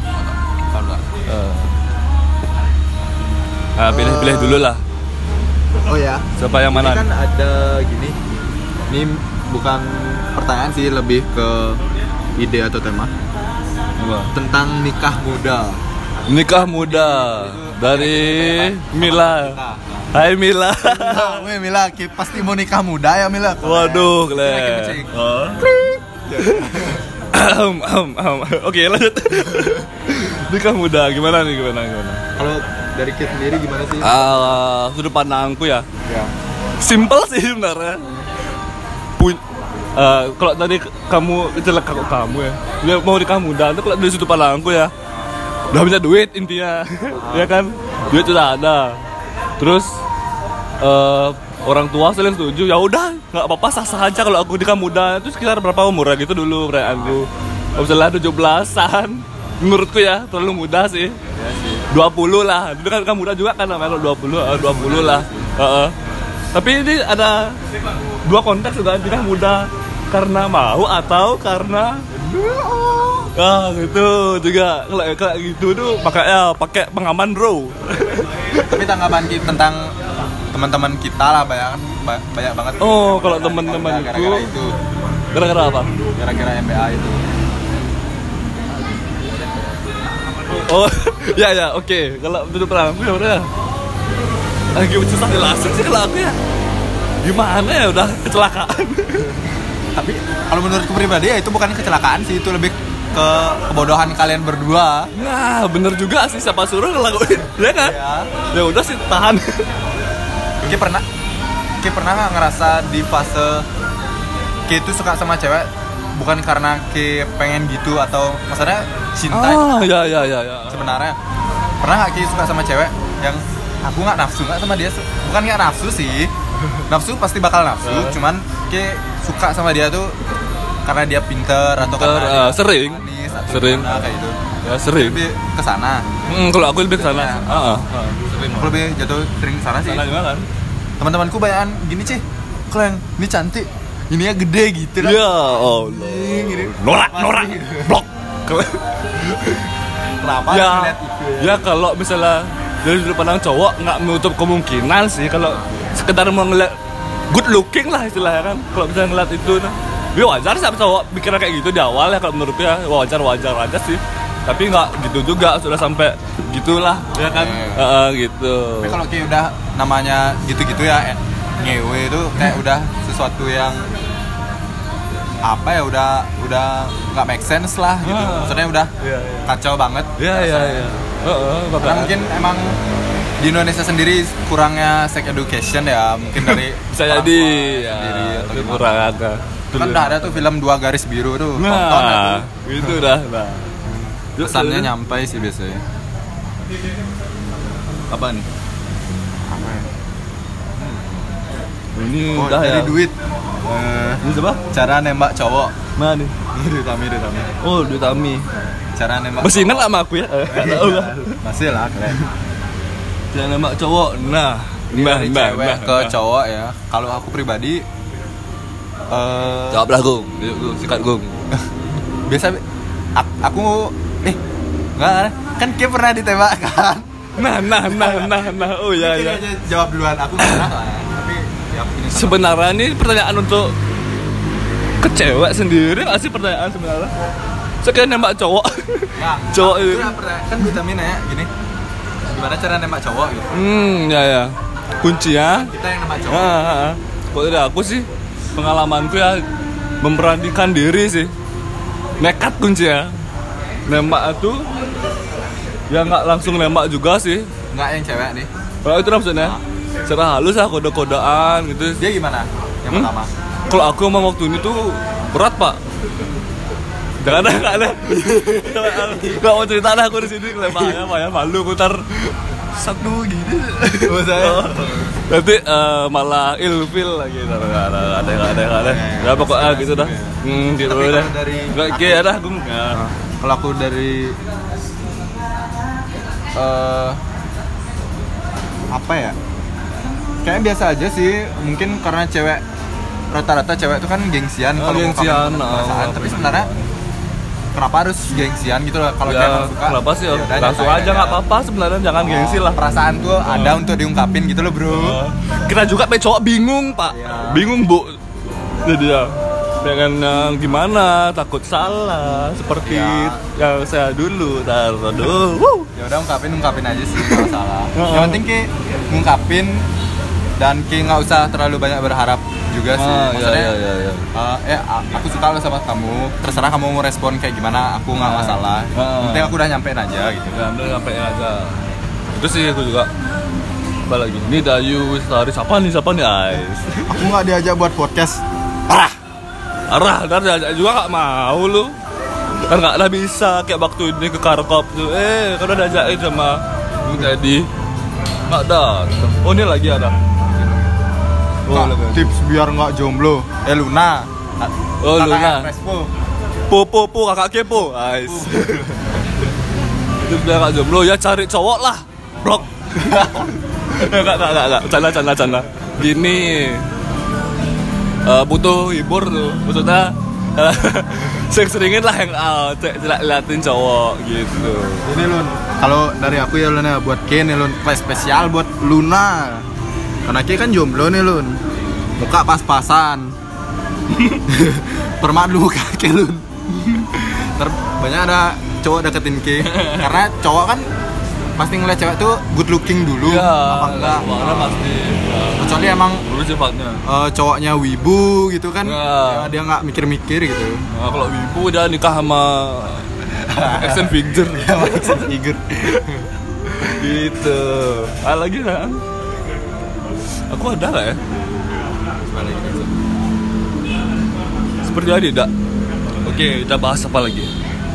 Nah, pilih-pilih dulu lah. Oh ya. Siapa yang mana? Ini kan ada gini. Ini bukan pertanyaan sih, lebih ke ide atau tema. Apa? Tentang nikah muda. Nikah muda dari Mila. Hai Mila. Weh Mila, pasti mau nikah muda ya Mila. Waduh, keren. Oh. Oke, lanjut. Nikah muda gimana nih gimana gimana? Kalau dari Kit sendiri gimana sih? Uh, sudut pandangku ya. Ya. Simple sih sebenarnya. Pun uh, kalau tadi kamu jelek aku kamu ya. Dia mau nikah muda, itu kalau dari sudut pandangku ya. Udah punya duit intinya. Ah. Ya kan? Duit sudah ada. Terus uh, orang tua saling setuju. Ya udah, enggak apa-apa sah-sah aja kalau aku nikah muda. Itu sekitar berapa umur gitu dulu perayaanku. Misalnya tujuh belasan. Menurutku ya terlalu muda sih. Ya sih. dua puluh lah. Itu kan muda juga kan namanya dua puluh, dua puluh lah. Uh-uh. Tapi ini ada dua konteks juga, nikah muda karena mau atau karena ah gitu juga. Kalau kayak gitu tuh makanya pakai pengaman bro. Tapi tanggapan kita tentang teman-teman kita lah banyak banyak banget. Oh, kalau teman-teman gara-gara itu. Gara-gara apa? Gara-gara M B A itu. Oh, ya ya, oke. Okay. Kalau menurut aku ya udah. Lagi susah jelasin sih kalau aku ya. gimana ya udah kecelakaan. Tapi kalau menurutku pribadi ya itu bukan kecelakaan sih, itu lebih ke kebodohan kalian berdua. Nah bener juga sih, siapa suruh ngelakuin ya kan? Ya udah sih tahan. Ki pernah Ki pernah nggak ngerasa di fase Ki itu suka sama cewek bukan karena Ki pengen gitu atau maksudnya cinta? Ah ya ya ya ya. Sebenarnya pernah nggak Ki suka sama cewek yang aku nggak nafsu nggak sama dia, bukan nggak nafsu sih, nafsu pasti bakal nafsu, uh. cuman Ki suka sama dia tuh karena dia pinter atau pinter, karena uh, dia sering manis atau sering gimana, kayak gitu. Ya sering lebih kesana. Hmm, kalau aku lebih kesana. Ya, uh, uh, uh, sering. Aku lebih jatuh sering kesana sih. Sana juga kan. Teman-temanku bayangan gini sih, kalian ini cantik, ini ya gede gitu kan. Ya Allah. Norak norak blok. Kenapa? Ya, itu, ya? Ya kalau misalnya dari sudut pandang cowok nggak menutup kemungkinan sih kalau sekedar mau ngeliat good looking lah istilahnya kan. Kalau bisa ngeliat itu nah. Ya wajar sih cowok mikirnya kayak gitu di awal ya, kalau menurut dia wajar-wajar aja sih. Tapi nggak gitu juga, sudah sampai gitulah ya kan. Yeah. Uh, gitu. Tapi kalau kayak udah namanya gitu-gitu ya ngewe itu kayak udah sesuatu yang apa ya, udah udah nggak make sense lah gitu. Ah. Maksudnya udah yeah, yeah. kacau banget. Iya iya iya. Karena mungkin emang di Indonesia sendiri kurangnya sex education ya, mungkin dari bisa jadi ya, sendiri atau itu kurang agak. Kan udah ada tuh film Dua Garis Biru tuh, nah, tonton ya tuh. Itu dah. Nah. Pesannya nyampai sih biasanya. Apa nih? Apa ya? Ini Oh, udah dari ya. duit. Uh, Ini siapa? cara nembak cowok. Mana nih? Duit Tami, Duit Tami. Oh, Duit Tami. Cara nembak. Masih ingat sama aku ya? Tahu lah. Masih lah keren. Cara nembak cowok. Nah, nah, dari nah, cewek nah, ke nah. cowok ya. Kalau aku pribadi uh, Jawablah Gung. Yuk, Gung, sikat Gung. biasa a- aku eh enggak kan Ki pernah ditembak kan. Nah, nah, nah, nah, nah. Oh ya ya. Jawab duluan, aku nggak pernah lah. Tapi ya ini sama. Sebenarnya ini pertanyaan untuk ke cewek sendiri nggak sih pertanyaan sebenarnya? Sekian nembak cowok. Nah, Cowok itu itu. ya pernah kan vitamin ya gini. Gimana cara nembak cowok gitu? Hmm, ya ya. Kuncinya. Kita yang nembak cowok. Nah, nah, nah. Kalau dari aku sih pengalamanku ya memberanikan diri sih. Nekat kuncinya. Nembak itu ya nggak langsung nembak juga sih. Nggak yang cewek nih. Kalau itu maksudnya secara halus lah, kode-kodean gitu. Dia gimana? Yang Hmm? pertama. Kalau aku emang waktu ini tuh berat pak. Jangan ada, nggak ada. Nggak mau cerita dah aku di sini. Kelempanya pak ya, malu aku ntar satu gitu. Oh, saya. Nanti uh, malah ilfil lagi. Nggak ada, nggak ada, nggak ada, nggak ada. Ya pokoknya gitu dah. Hmm, gitu Tapi dah. kalau dari Nggak aku- kayak dah, gue. Nah, kalau aku dari eh apa ya? Kayaknya biasa aja sih. Mungkin karena cewek rata-rata cewek itu kan gengsian Oh, kalau gengsian, ngungkapin oh, perasaan. Tapi sebenarnya kenapa harus gengsian gitu loh? Kalau Ya, cewek suka, kenapa sih? ya udah, Langsung nyatain aja nggak apa-apa sebenarnya, jangan gengsi lah. Perasaan tuh ada untuk diungkapin gitu loh, bro. Kita juga pe cowok bingung pak, Iya. bingung bu. Jadi ya dengan uh, gimana, takut salah seperti Iya. yang saya dulu. Taruh dulu. Ya udah ungkapin ungkapin aja sih kalau salah. Heeh. Yang penting Ki ngungkapin dan Ki nggak usah terlalu banyak berharap juga sih. Ah, Maksudnya iya, iya, iya. uh, eh a- aku suka lo sama kamu. Terserah kamu mau respon kayak gimana, aku nggak Ah. masalah. Ah. Yang penting aku udah nyampein aja gitu. Ya udah sampai aja. Itu sih aku juga. Apa lagi? Ini Dayu Lestari, siapa nih siapa nih guys? Aku nggak diajak buat podcast. Parah. Arah, dan diajak juga gak mau lu. Kan gak ada bisa kayak waktu ini ke Karkop tuh. Eh, kan udah diajakin sama Bung Teddy. Gak ada. Oh, ini lagi ada. Oh, Kak, lagi. tips biar nggak jomblo. Eh Luna. Oh, Kakak Luna. Respo. Po po po kakak kepo. Guys. Itu biar gak jomblo ya cari cowok lah. Blok. Enggak, enggak, enggak, enggak. Canda, canda, canda. Gini. Eh, butuh hibur tuh. Maksudnya sering-seringin lah yang out, liatin cowok gitu. Ini Lun, kalau dari aku ya Lun ya, buat Ken nih Lun, Spes- spesial buat Luna. Karena Ken kan jomblo nih Lun. Muka pas-pasan. Permadu muka Ken Lun. Ter banyak ada cowok deketin Ken. Karena cowok kan pasti ngeliat cewek tuh good looking dulu ya, apa enggak? Makanya pasti. Ya. Kecuali emang dulu sifatnya. Uh, cowoknya wibu gitu kan, ya. Ya, dia nggak mikir-mikir gitu. Nah, kalau wibu udah nikah sama action figure. Action figure. Gitu. Ah lagi kan? Aku ada nggak ya? Seperti ada tidak? Oke, kita bahas apa lagi?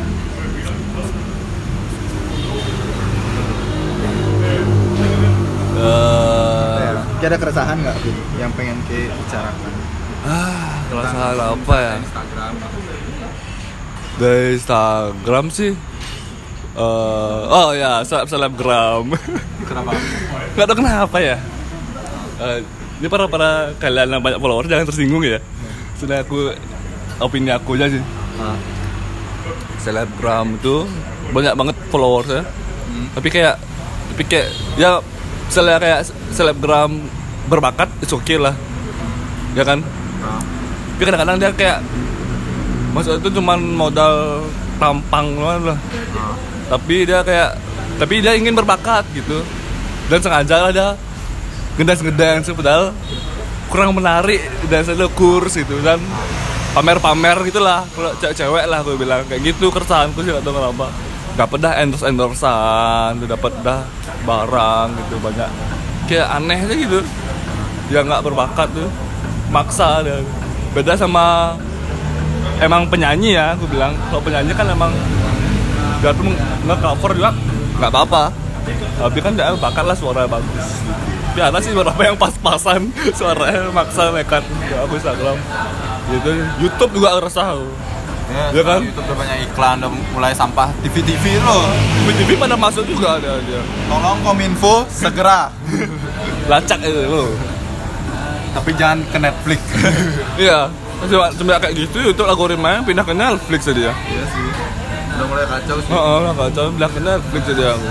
Uh, Ada keresahan nggak Bin yang pengen ke bicarakan? Ah, keresahan apa ya? Instagram. Dari Instagram sih. Uh, oh ya, selebgram. Kenapa? Gak tau kenapa ya. Uh, ini para para kalian yang banyak follower jangan tersinggung ya. Sudah aku opini aku aja sih. Ah. Selebgram itu banyak banget followers ya. Hmm. Tapi kayak, tapi kayak ya misalnya kayak selebgram berbakat, it's okay lah, ya kan? Ah. Tapi kadang-kadang dia kayak maksudnya itu cuman modal tampang doang lah. Ah. Tapi dia kayak, tapi dia ingin berbakat gitu, dan sengaja lah dia ngedance-ngedance padahal kurang menarik dan selalu kurs gitu dan pamer-pamer gitulah. Kalau cewek-cewek lah aku bilang kayak gitu, keresahanku sih, gak tau kenapa. Dapat dah endorse-endorsean, dapat dah barang gitu banyak. Kayak aneh aja gitu. Dia nggak berbakat tuh, maksa dan beda sama emang penyanyi ya, aku bilang. Kalau penyanyi kan emang dia tuh nge-cover juga nggak apa-apa. Tapi kan dia bakat lah, suara bagus. Tapi ada sih beberapa yang pas-pasan suaranya maksa nekat. Ya, aku Instagram. Gitu. YouTube juga resah. Ya, ya kan? YouTube udah banyak iklan, udah mulai sampah T V T V loh. T V T V pada masuk juga ada dia. Tolong Kominfo segera. Lacak itu loh. Tapi jangan ke Netflix. Iya. Cuma cuma kayak gitu YouTube algoritmanya pindah ke Netflix aja dia. Iya sih. Udah mulai kacau sih. Heeh, udah kacau pindah ke Netflix aja aku.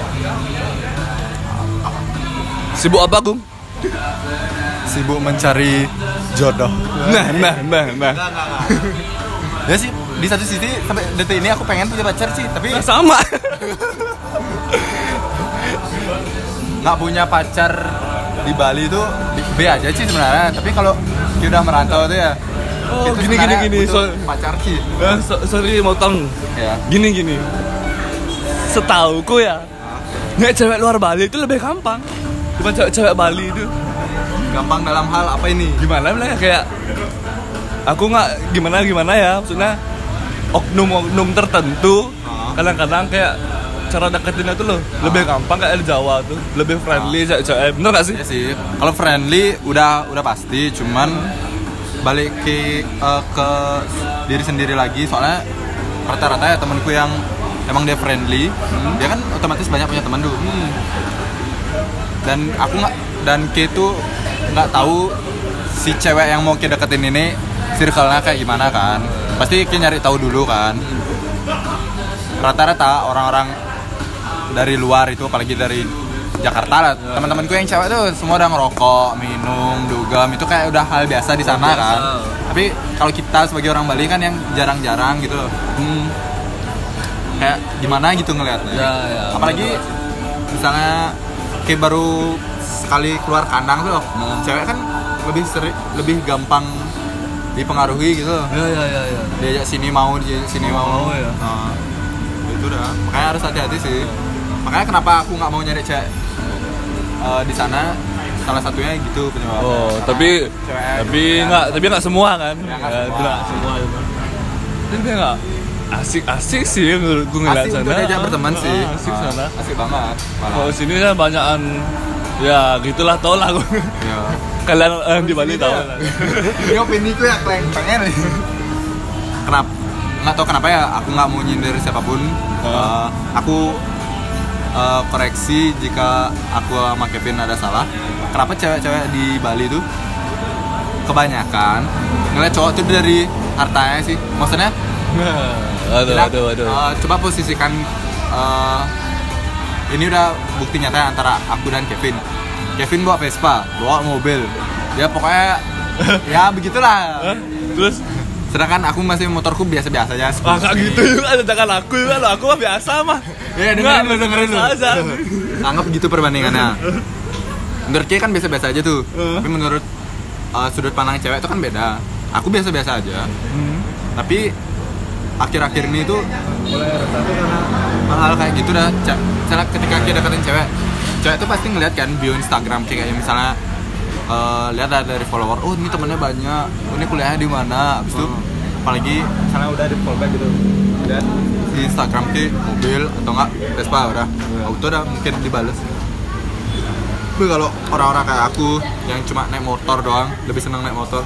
Sibuk apa, Gung? Sibuk mencari jodoh. Nah, nah, nah, nah. Enggak, enggak, enggak. Ya sih, di satu sisi sampai detik ini aku pengen punya pacar sih, tapi Nah, sama. nggak punya pacar di Bali itu B aja sih sebenarnya. Tapi kalau kita udah merantau tuh ya, Oh, itu gini gini sebenarnya gini. butuh So, pacar sih. eh, so, sorry motong. Ya. Gini gini. Setauku ya, nek cewek luar Bali itu lebih gampang. Bukan cewek-cewek Bali itu. Gampang dalam hal apa ini? Gimana bilangnya kayak aku nggak gimana gimana ya, maksudnya oknum-oknum tertentu Ah. kadang-kadang kayak cara deketinnya tuh loh lebih gampang kayak di Jawa tuh, lebih friendly cewek-cewek. Bener gak sih? Iya sih. Kalau friendly udah udah pasti, cuman balik ke eh, ke diri sendiri lagi. Soalnya rata-rata ya temanku yang emang dia friendly, Hmm. dia kan otomatis banyak punya teman dulu. Hmm. Dan aku nggak dan K tuh nggak tahu si cewek yang mau kita deketin ini circle-nya kayak gimana kan. Pasti K nyari tahu dulu kan. Rata-rata orang-orang dari luar itu, apalagi dari Jakarta lah, Ya. teman-temanku yang cewek tuh semua udah ngerokok, minum, dugem, itu kayak udah hal biasa di sana Biasa. kan. Tapi kalau kita sebagai orang Bali kan yang jarang-jarang gitu loh. Hmm. Kayak gimana gitu ngelihatnya. Ya, ya, Apalagi betul. misalnya kayak baru sekali keluar kandang tuh, Nah. cewek kan lebih seri, lebih gampang dipengaruhi gitu loh. Ya ya ya ya. Diajak sini mau, diajak sini mau. Mau, ya. Nah, itu dah. Makanya harus hati-hati sih. Makanya kenapa aku nggak mau nyari cewek eh, di sana, salah satunya gitu penyebabnya. Oh, Karena tapi cewek tapi gitu kan. nggak tapi nggak semua kan? Ya, nggak Ya, semua. itu nggak semua itu. Tapi nggak asik-asik sih menurut gue ngeliat asik sana. untuk diajak berteman Ah, sih. Asik Ah, sana. Asik banget. malah. Kalau sini kan banyakan ya gitulah, tau lah gue. Ya. Kalian eh, di Bali tahu lah. Ini opini ku ya kleng pengen. Kenapa? Nggak tahu kenapa ya aku nggak mau nyindir siapapun. Ah. Eh, aku eh, koreksi jika aku sama Kevin ada salah. Kenapa cewek-cewek di Bali tuh kebanyakan ngeliat cowok tuh dari hartanya sih? Maksudnya? Aduh, Kita, aduh, aduh. eh, coba posisikan eh, ini udah bukti nyata antara aku dan Kevin. Kevin bawa Vespa, bawa mobil. Ya pokoknya ya begitulah. Hah? Terus Sedangkan aku masih motorku biasa-biasa aja. Ah, gak gitu juga, sedangkan aku juga loh, aku mah biasa mah. Ya dengerin lu, dengerin lu. Anggap gitu perbandingannya. Menurut cewek kan biasa-biasa aja tuh. Uh. Tapi menurut uh, sudut pandang cewek itu kan beda. Aku biasa-biasa aja. Hmm. Tapi akhir-akhir ini tuh mulai resah tuh karena hal-hal kayak gitu dah. Misalnya ketika kita deketin cewek, cewek tuh pasti ngeliat kan bio Instagram kayak misalnya uh, lihat dari follower, oh ini temennya banyak, oh ini kuliahnya di mana, abis itu hmm. apalagi misalnya udah di follow back gitu, lihat di Instagram ke mobil atau enggak Vespa udah, hmm. auto dah mungkin dibales. Tapi kalau orang-orang kayak aku yang cuma naik motor doang, lebih senang naik motor,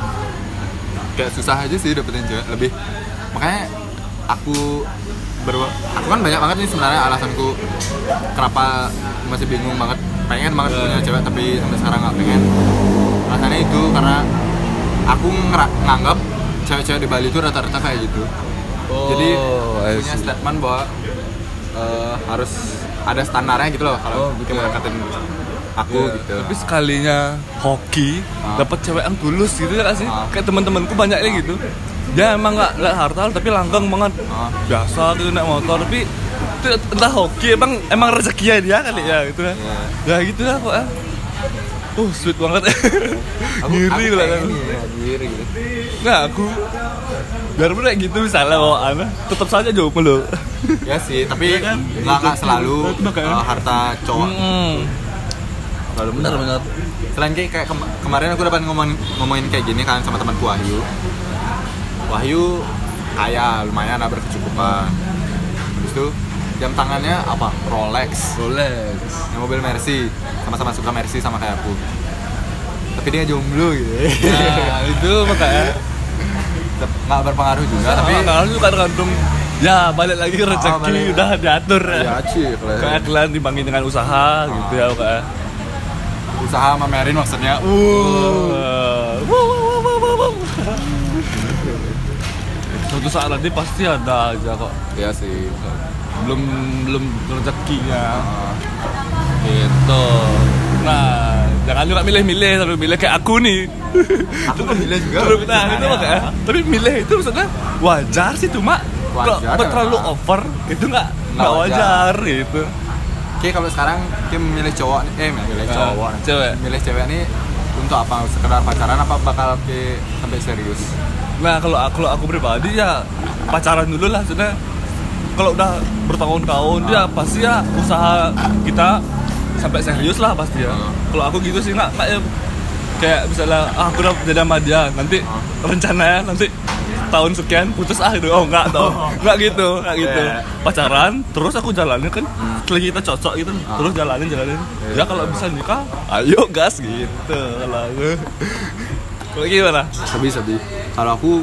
kayak susah aja sih dapetin cewek lebih. Makanya aku ber aku kan banyak banget nih sebenarnya alasanku kenapa masih bingung banget, pengen banget punya cewek tapi sampai sekarang nggak pengen. Alasannya itu karena aku nger- nganggap cewek-cewek di Bali itu rata-rata kayak gitu. Oh, jadi punya statement bahwa uh, harus ada standarnya gitu loh kalau oh, gitu. Mau deketin aku yeah. gitu. Tapi sekalinya hoki ah. dapat cewek yang tulus gitu ya gak sih? Ah. Kayak teman-temanku banyaknya ah. gitu. Dia emang nggak nggak harta tapi langgeng banget, ah. biasa gitu naik motor tapi itu entah hoki emang emang rezekinya dia kali ah. ya gitu kan, yeah. ya gitu lah kok ah. Uh sweet banget, ngiri lah kan, ngiri gitu. Nah aku biarpun kayak gitu misalnya mau anak tetap saja jomblo loh. Ya sih tapi nggak ya, nggak selalu uh, harta cowok. Hmm. Lalu benar-benar. Selain kayak, kayak kema- kemarin aku dapat ngomong ngomongin kayak gini kan sama temanku Wahyu. Wahyu kaya, lumayan lah berkecukupan. Habis itu jam tangannya apa? Rolex. Rolex. Yang mobil Mercy, sama-sama suka Mercy sama kayak aku. Tapi dia jomblo gitu. Nah, itu makanya nggak berpengaruh juga. Nah, tapi pengaruh juga tergantung. Ya balik lagi ke rezeki oh, udah diatur. Ya cik. Kayak kalian dibangin dengan usaha oh. gitu ya kayak. Usaha mamerin maksudnya. Uh. Wow, wow, wow, wow, wow. Suatu saat nanti pasti ada aja kok. Iya sih. Belum belum rezekinya. Gitu. Nah, jangan juga milih-milih, tapi milih kayak aku nih. Aku kan milih juga. Nah, itu makanya. Tapi milih itu maksudnya wajar sih cuma kalau terlalu over itu nggak nggak wajar gitu. Oke, kalau sekarang kita memilih cowok, eh memilih cowok, uh, cewek, milih cewek nih untuk apa? Sekedar pacaran apa bakal ke sampai serius? Nah, kalau aku, kalau aku pribadi ya pacaran dulu lah, sudah. Kalau udah bertahun-tahun uh. dia pasti ya usaha kita sampai serius lah pasti ya. Uh. Kalau aku gitu sih nggak kayak kayak misalnya ah, aku udah jadi sama dia, nanti uh. rencananya nanti tahun sekian putus ah gitu. Oh enggak tau. Enggak gitu, enggak gitu. Yeah. Pacaran terus aku jalanin kan. Hmm. Setelah kita cocok gitu, ah. terus jalanin jalanin. Yeah. Ya kalau bisa nikah, ayo gas gitu. Kalau aku. Kalau gimana? Sabi-sabi. Kalau aku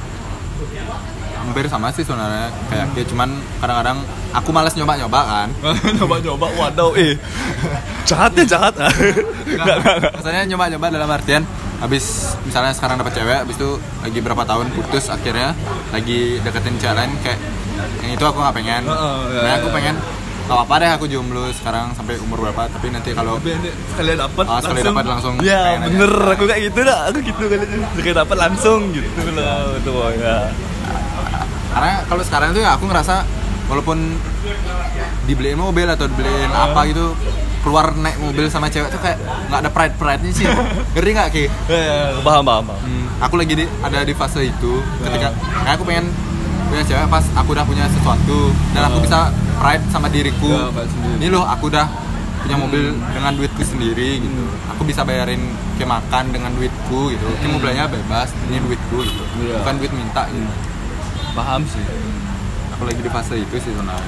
hampir sama sih sebenarnya kayak dia, cuman kadang-kadang aku malas nyoba-nyoba kan. Nyoba-nyoba waduh eh. Jahat ya jahat. Enggak enggak. Maksudnya nyoba-nyoba dalam artian habis misalnya sekarang dapat cewek, habis itu lagi berapa tahun putus, akhirnya lagi deketin cewek lain kayak yang itu aku nggak pengen. Oh, oh, ya, nah aku ya. pengen nggak apa deh aku jomblo sekarang sampai umur berapa, tapi nanti kalau sekalian dapat oh, sekali dapat langsung ya bener aja. Aku kayak gitu dah, aku gitu kali sekali dapat langsung gitu loh itu ya. Karena kalau sekarang tuh ya aku ngerasa walaupun dibeliin mobil atau dibeliin uh. apa gitu, keluar naik mobil sama cewek tuh kayak nggak ada pride pride-nya sih. Ngerti nggak Ki? Ya, paham paham. paham. Hmm, aku lagi di, ada di fase itu ketika uh. aku pengen punya cewek pas aku udah punya sesuatu dan uh. aku bisa pride sama diriku. Ya, ini loh aku udah punya mobil hmm. dengan duitku sendiri gitu. Hmm. Aku bisa bayarin ke makan dengan duitku gitu. Ke mobilnya bebas, ini duitku gitu. Yeah. Bukan duit minta gitu. Paham sih. Aku lagi di fase itu sih sebenarnya.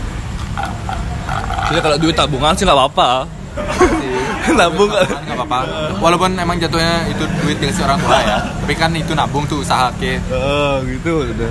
Jadi kalau duit tabungan sih nggak apa-apa. Nabung nggak apa-apa. Walaupun emang jatuhnya itu duit dikasih orang tua ya, tapi kan itu nabung tuh usaha ke. Oh gitu udah.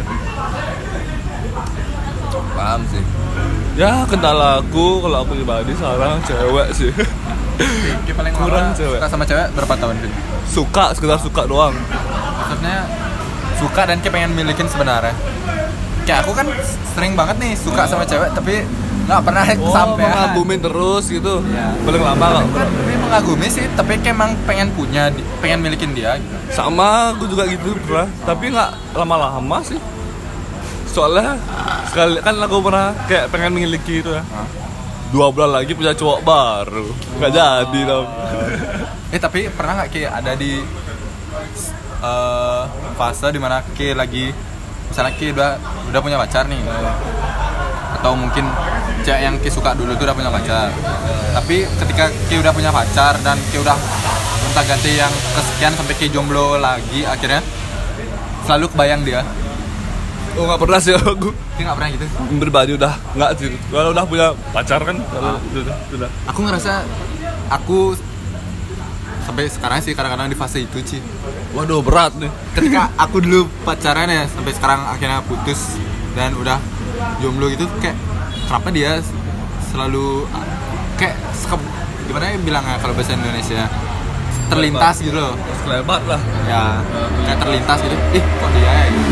Paham sih. Ya kendala aku kalau aku pribadi sekarang cewek sih. Ki paling kurang cewek. Suka sama cewek berapa tahun sih? Suka, sekedar suka doang. Maksudnya suka dan kayak pengen milikin sebenarnya. Kayak aku kan sering banget nih suka sama cewek tapi nggak pernah oh, sampai ngabumin terus gitu ya. Paling lama kok mengagumi sih, tapi kayak emang pengen punya, pengen milikin dia gitu. Sama, aku juga gitu pernah, tapi nggak lama-lama sih. Soalnya sekali kan aku pernah kayak pengen memiliki itu ya. Hah? Dua bulan lagi punya cowok baru, nggak oh. jadi dong. Eh tapi pernah nggak kayak ada di uh, fase dimana kayak lagi misalnya kayak udah udah punya pacar nih, atau mungkin cewek yang kayak suka dulu tuh udah punya pacar, tapi ketika kayak udah punya pacar dan kayak udah gonta ganti yang kesekian sampai kayak jomblo lagi, akhirnya selalu kebayang dia. Oh nggak pernah sih aku. Dia nggak pernah gitu. Berbaju udah nggak sih. Kalau udah punya pacar kan, kalau sudah sudah. Aku ngerasa aku sampai sekarang sih kadang-kadang di fase itu Ci. Waduh berat nih. Ketika aku dulu pacaran ya sampai sekarang akhirnya putus dan udah jomblo gitu, kayak kenapa dia selalu kayak gimana ya bilangnya kalau bahasa Indonesia, terlintas gitu loh. Selebat lah. Ya kayak terlintas gitu. Ih kok dia ya gitu.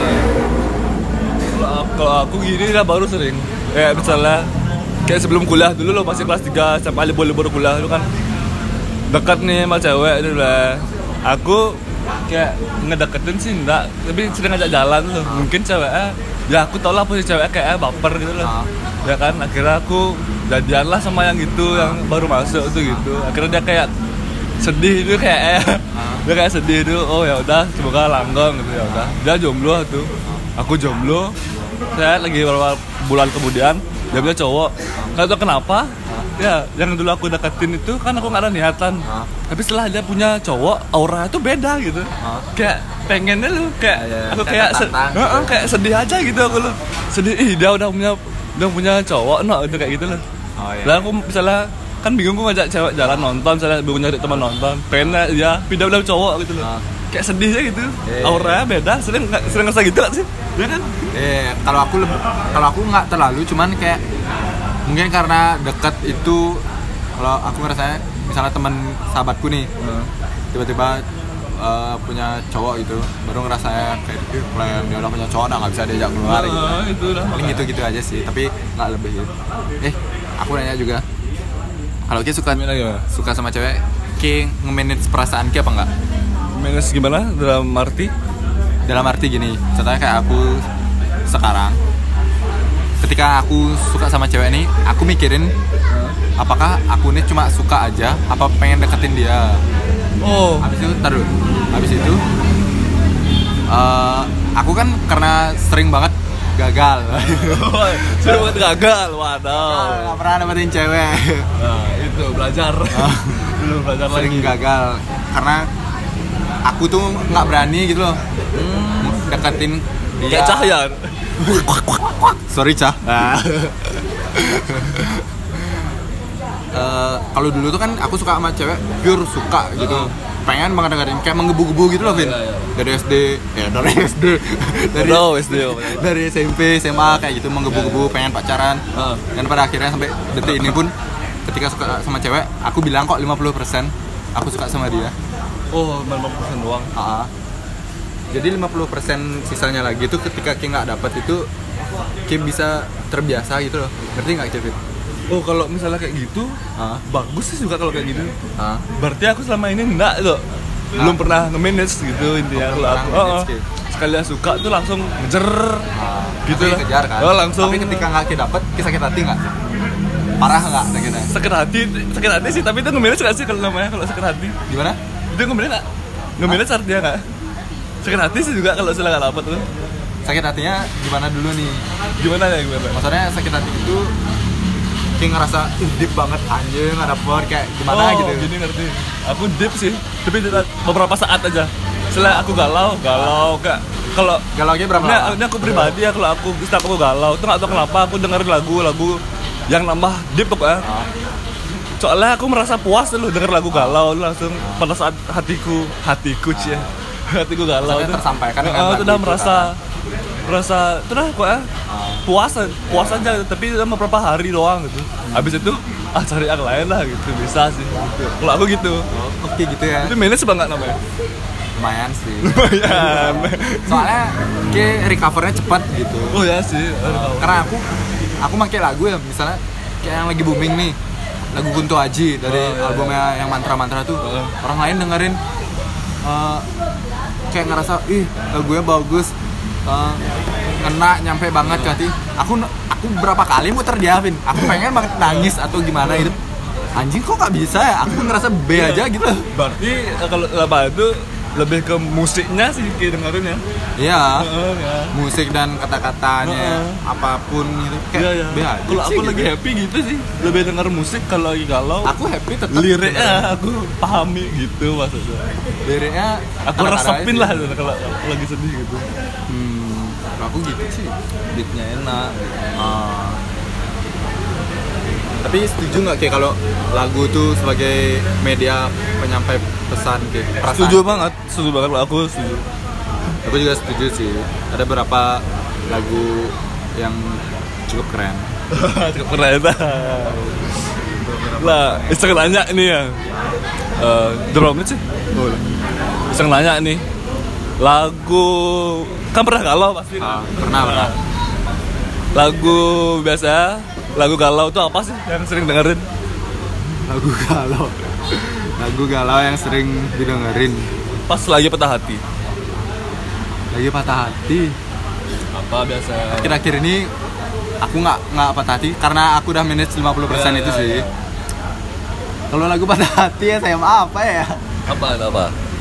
Kalau aku gini lah baru sering kayak misalnya kayak sebelum kuliah dulu lo masih kelas tiga sampai libur-libur kuliah lu kan dekat nih sama cewek dulu lah. Aku kayak ngedeketin sih enggak, tapi sering ngajak jalan loh. Ah. Mungkin ceweknya ya aku tau lah posisi ceweknya kayak baper gitu loh. Ah. Ya kan akhirnya aku jadian lah sama yang gitu, ah. yang baru masuk tuh gitu. Akhirnya dia kayak sedih itu kayak ah. dia kayak sedih tuh. Oh ya udah semoga langgeng gitu ya udah. Dia jomblo tuh. Aku jomblo. Saya lagi beberapa bulan kemudian dia punya cowok. Nggak tahu kenapa. Ya, yang dulu aku deketin itu kan aku nggak ada niatan. Ah. Tapi setelah dia punya cowok, aura itu beda gitu. Ah. Kayak pengennya lu kayak ya, ya. aku kayak kayak, se- gitu. uh, kayak sedih aja gitu aku lu. Sedih, ih dia udah punya udah punya cowok, no itu kayak gitu loh. Oh, iya. Lalu aku misalnya kan bingung aku ngajak cewek jalan nonton, misalnya bingung nyari teman nonton, pengen ya pindah udah cowok gitu loh. Ah. Kayak sedih aja gitu. Eh. Auranya beda, sering sering ngerasa gitu gak sih? Ya kan? Eh, kalau aku kalau aku nggak terlalu, cuman kayak mungkin karena dekat itu, kalau aku ngerasanya misalnya teman sahabatku nih hmm. tiba-tiba uh, punya cowok gitu, baru ngerasanya kayak ih plan dia udah punya cowok, nggak bisa diajak keluar gitu. Oh, itu lah. Paling gitu-gitu aja sih, tapi nggak lebih gitu. Eh, aku nanya juga, kalau Ki suka suka sama cewek, Ki nge-manage perasaan Ki apa enggak? Manage gimana? Dalam arti? Dalam arti gini, contohnya kayak aku sekarang, ketika aku suka sama cewek nih, aku mikirin apakah aku ini cuma suka aja, apa pengen deketin dia. Oh. Habis itu, taruh. Habis itu, uh, aku kan karena sering banget gagal. Sering banget gagal, waduh. Gak pernah dapetin cewek. Nah, itu belajar. Belum belajar sering lagi. gagal karena aku tuh nggak berani gitu loh hmm. deketin dia. Kayak Cahyan. Sorry Cah. Nah. uh, kalau dulu tuh kan aku suka sama cewek pure suka gitu. Uh-huh. Pengen banget dengerin kayak menggebu-gebu gitu loh, Vin. Uh, iya, iya. Dari S D, ya dari S D. dari oh, S D. Oh, dari S M P, S M A kayak gitu menggebu-gebu, pengen pacaran. Uh. Dan pada akhirnya sampai detik ini pun ketika suka sama cewek, aku bilang kok lima puluh persen aku suka sama dia. Oh, lima puluh persen doang. Uh-huh. Jadi lima puluh persen sisanya lagi tuh ketika Ki nggak dapet itu Ki bisa terbiasa gitu loh. Ngerti nggak Ki? Oh kalau misalnya kayak gitu, uh. bagus sih juga kalau kayak gitu. Uh. Berarti aku selama ini enggak loh, uh. belum pernah nge-manage gitu intinya. Kalau aku oh, oh. sekali suka tuh langsung ngejer, uh. gitu lah. Kejar, kan? Oh langsung. Tapi ketika nggak Ki dapet, Ki sakit hati nggak? Parah nggak? Sakit hati, sakit hati sih. Tapi itu nge-manage nggak sih kalau namanya kalau sakit hati? Gimana? Itu nge-manage nggak? Nge-manage artinya nggak? Sakit hati sih juga kalau misalnya nggak dapet tuh. Sakit hatinya gimana dulu nih? Gimana ya gimana? Maksudnya sakit hati itu Ki ngerasa deep banget anjir nggak dapet kayak gimana oh, gitu. Oh gini ngerti. Aku deep sih, tapi beberapa saat aja. Setelah aku galau, galau kayak kalau galaunya berapa ini, lama? Ini aku pribadi ya kalau aku setiap aku galau tuh nggak tahu kenapa aku dengerin lagu-lagu yang nambah deep pokoknya. Ah. Soalnya aku merasa puas loh denger lagu galau ah. langsung ah. pada saat hatiku hatiku cie. Ah. Hatiku galau itu tersampaikan dengan lagu. Aku udah merasa kan? merasa itu dah kok ya ah. puas puas aja tapi dalam beberapa hari doang gitu. Hmm. Habis itu ah cari yang lain lah gitu bisa sih gitu. Kalau aku gitu. Oh, oke gitu ya. Itu manage banget namanya. Lumayan sih. Lumayan. Soalnya kayak recovernya cepat gitu. Oh ya sih. Uh, karena aku aku pakai lagu ya misalnya kayak yang lagi booming nih. lagu Kunto Aji dari oh, iya, albumnya iya. yang mantra-mantra tuh. Uh. Orang lain dengerin uh, kayak ngerasa ih lagunya bagus, uh, ngena nyampe banget ke hati. Aku aku berapa kali muter dia, Vin. Aku pengen banget nangis atau gimana gitu. Anjing kok gak bisa ya? Aku ngerasa B aja gitu. Berarti kalau apa itu lebih ke musiknya sih kayak dengerin ya. Iya. Uh, ya. Musik dan kata-katanya, uh, apapun gitu. Kayak iya, iya. B aja. Kalau aku gitu. lagi happy gitu sih, lebih denger musik. Kalau lagi galau, Aku happy tetap. liriknya aku pahami gitu maksudnya. Liriknya Aku resepin lah kalau lagi sedih gitu. Hmm, aku gitu sih. Beatnya enak. Ah. Tapi setuju nggak kayak kalau lagu tuh sebagai media penyampai pesan kayak perasaan? Setuju banget, setuju banget kalau aku setuju. Aku juga setuju sih. Ada beberapa lagu yang cukup keren. Cukup keren. Lah, iseng nanya nih ya. Uh, berapa menit sih? Oh, iseng nanya nih. Lagu kan pernah galau pasti. ah, pernah pernah. Lagu biasa, lagu galau tuh apa sih yang sering dengerin? Lagu galau. Lagu galau yang sering didengerin. Pas lagi patah hati. Lagi patah hati. Apa biasa? Akhir-akhir ini aku nggak nggak patah hati karena aku udah manage lima puluh persen ya, itu ya, sih. Ya. Kalau lagu patah hati ya saya apa ya? Apa apa?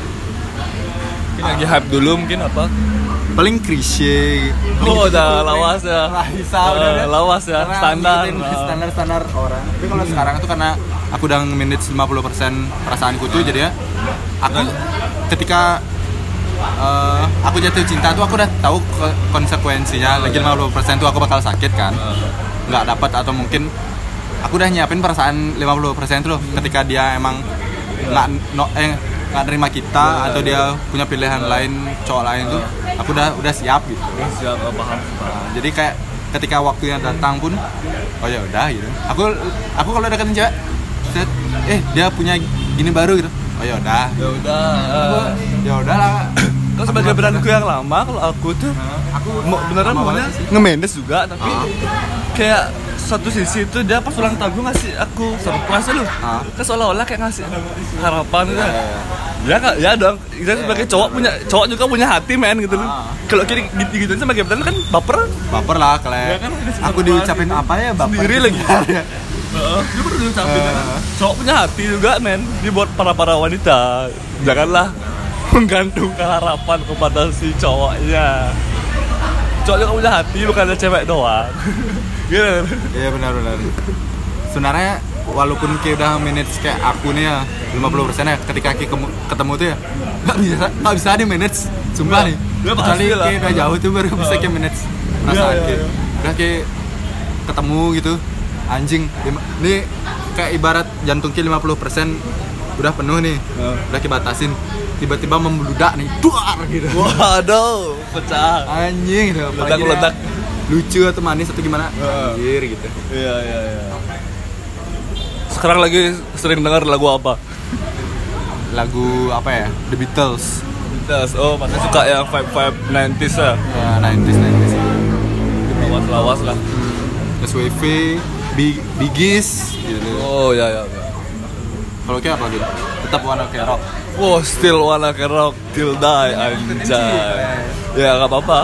Mungkin lagi hype dulu mungkin apa? Paling klise. Oh, udah lawas ya. Raisa uh, udah lawas ya, standar. Standar-standar orang. Tapi kalau hmm. sekarang itu karena aku udah manage lima puluh persen perasaanku tuh, jadi ya aku ketika uh, aku jatuh cinta tuh aku udah tahu konsekuensinya. Lagi lima puluh persen tuh aku bakal sakit kan. Nggak dapat atau mungkin aku udah nyiapin perasaan lima puluh persen tuh loh. Ketika dia emang nggak no, eh nggak nerima kita atau dia punya pilihan lain, cowok lain tuh aku udah udah siap gitu. Siap, paham. Nah, jadi kayak ketika waktunya datang pun oh ya udah gitu. Aku aku kalau deketin cewek, set, eh dia punya gini baru gitu. Oh ya udah. Ya udah. Uh, ya udahlah. Kalau sebagai brandku yang lama, kalau aku tuh aku mau beneran maunya nge-manage juga, tapi uh. kayak satu sisi itu dia pas ulang tahun gue ngasih aku surprise lu. Uh. Kan seolah-olah kayak ngasih harapan gitu. Yeah, yeah. Ya kan, ya dong. Kita sebagai cowok punya cowok juga punya hati men gitu loh. Uh. Kalau kiri gitu-gituin sebagai brand kan baper. Baper lah kalian. Ya kan, aku diucapin gitu. Apa ya baper. Sendiri lagi. Heeh. Dia perlu diucapin uh. kan. Cowok punya hati juga men. Dibuat para-para wanita. Janganlah menggantungkan harapan kepada si cowoknya. Cowok juga punya hati, bukan cewek doang. Gitu. Iya benar-benar. Sebenarnya walaupun Ki udah manage kayak aku nih ya lima puluh persen ya, ketika Ki ketemu tuh ya nggak bisa nggak bisa di manage, sumpah nih. Kecuali Ki udah jauh tuh baru bisa Ki manage perasaan Ki. Udah Ki ketemu gitu, anjing. Ini kayak ibarat jantung Ki lima puluh persen udah penuh nih, udah Ki batasin. Tiba-tiba membludak nih, duar gitu. Waduh, pecah. Anjing gitu. Ledak-ledak. Lucu atau manis atau gimana? Anjir gitu. Iya, iya, iya. Sekarang lagi sering dengar lagu apa? Lagu apa ya? The Beatles. Beatles. Oh, masih suka yang vibe-vibe sembilan puluhan ya? Ya, sembilan puluhan sembilan puluhan. Lawas-lawas lah. S W V, Big Biggies gitu. Oh, ya, ya, ya. Kalau kayak apa gitu? Tetap Wanna Kayak Rock. Wow, still wanna rock till die, anjay. Ya nggak apa-apa.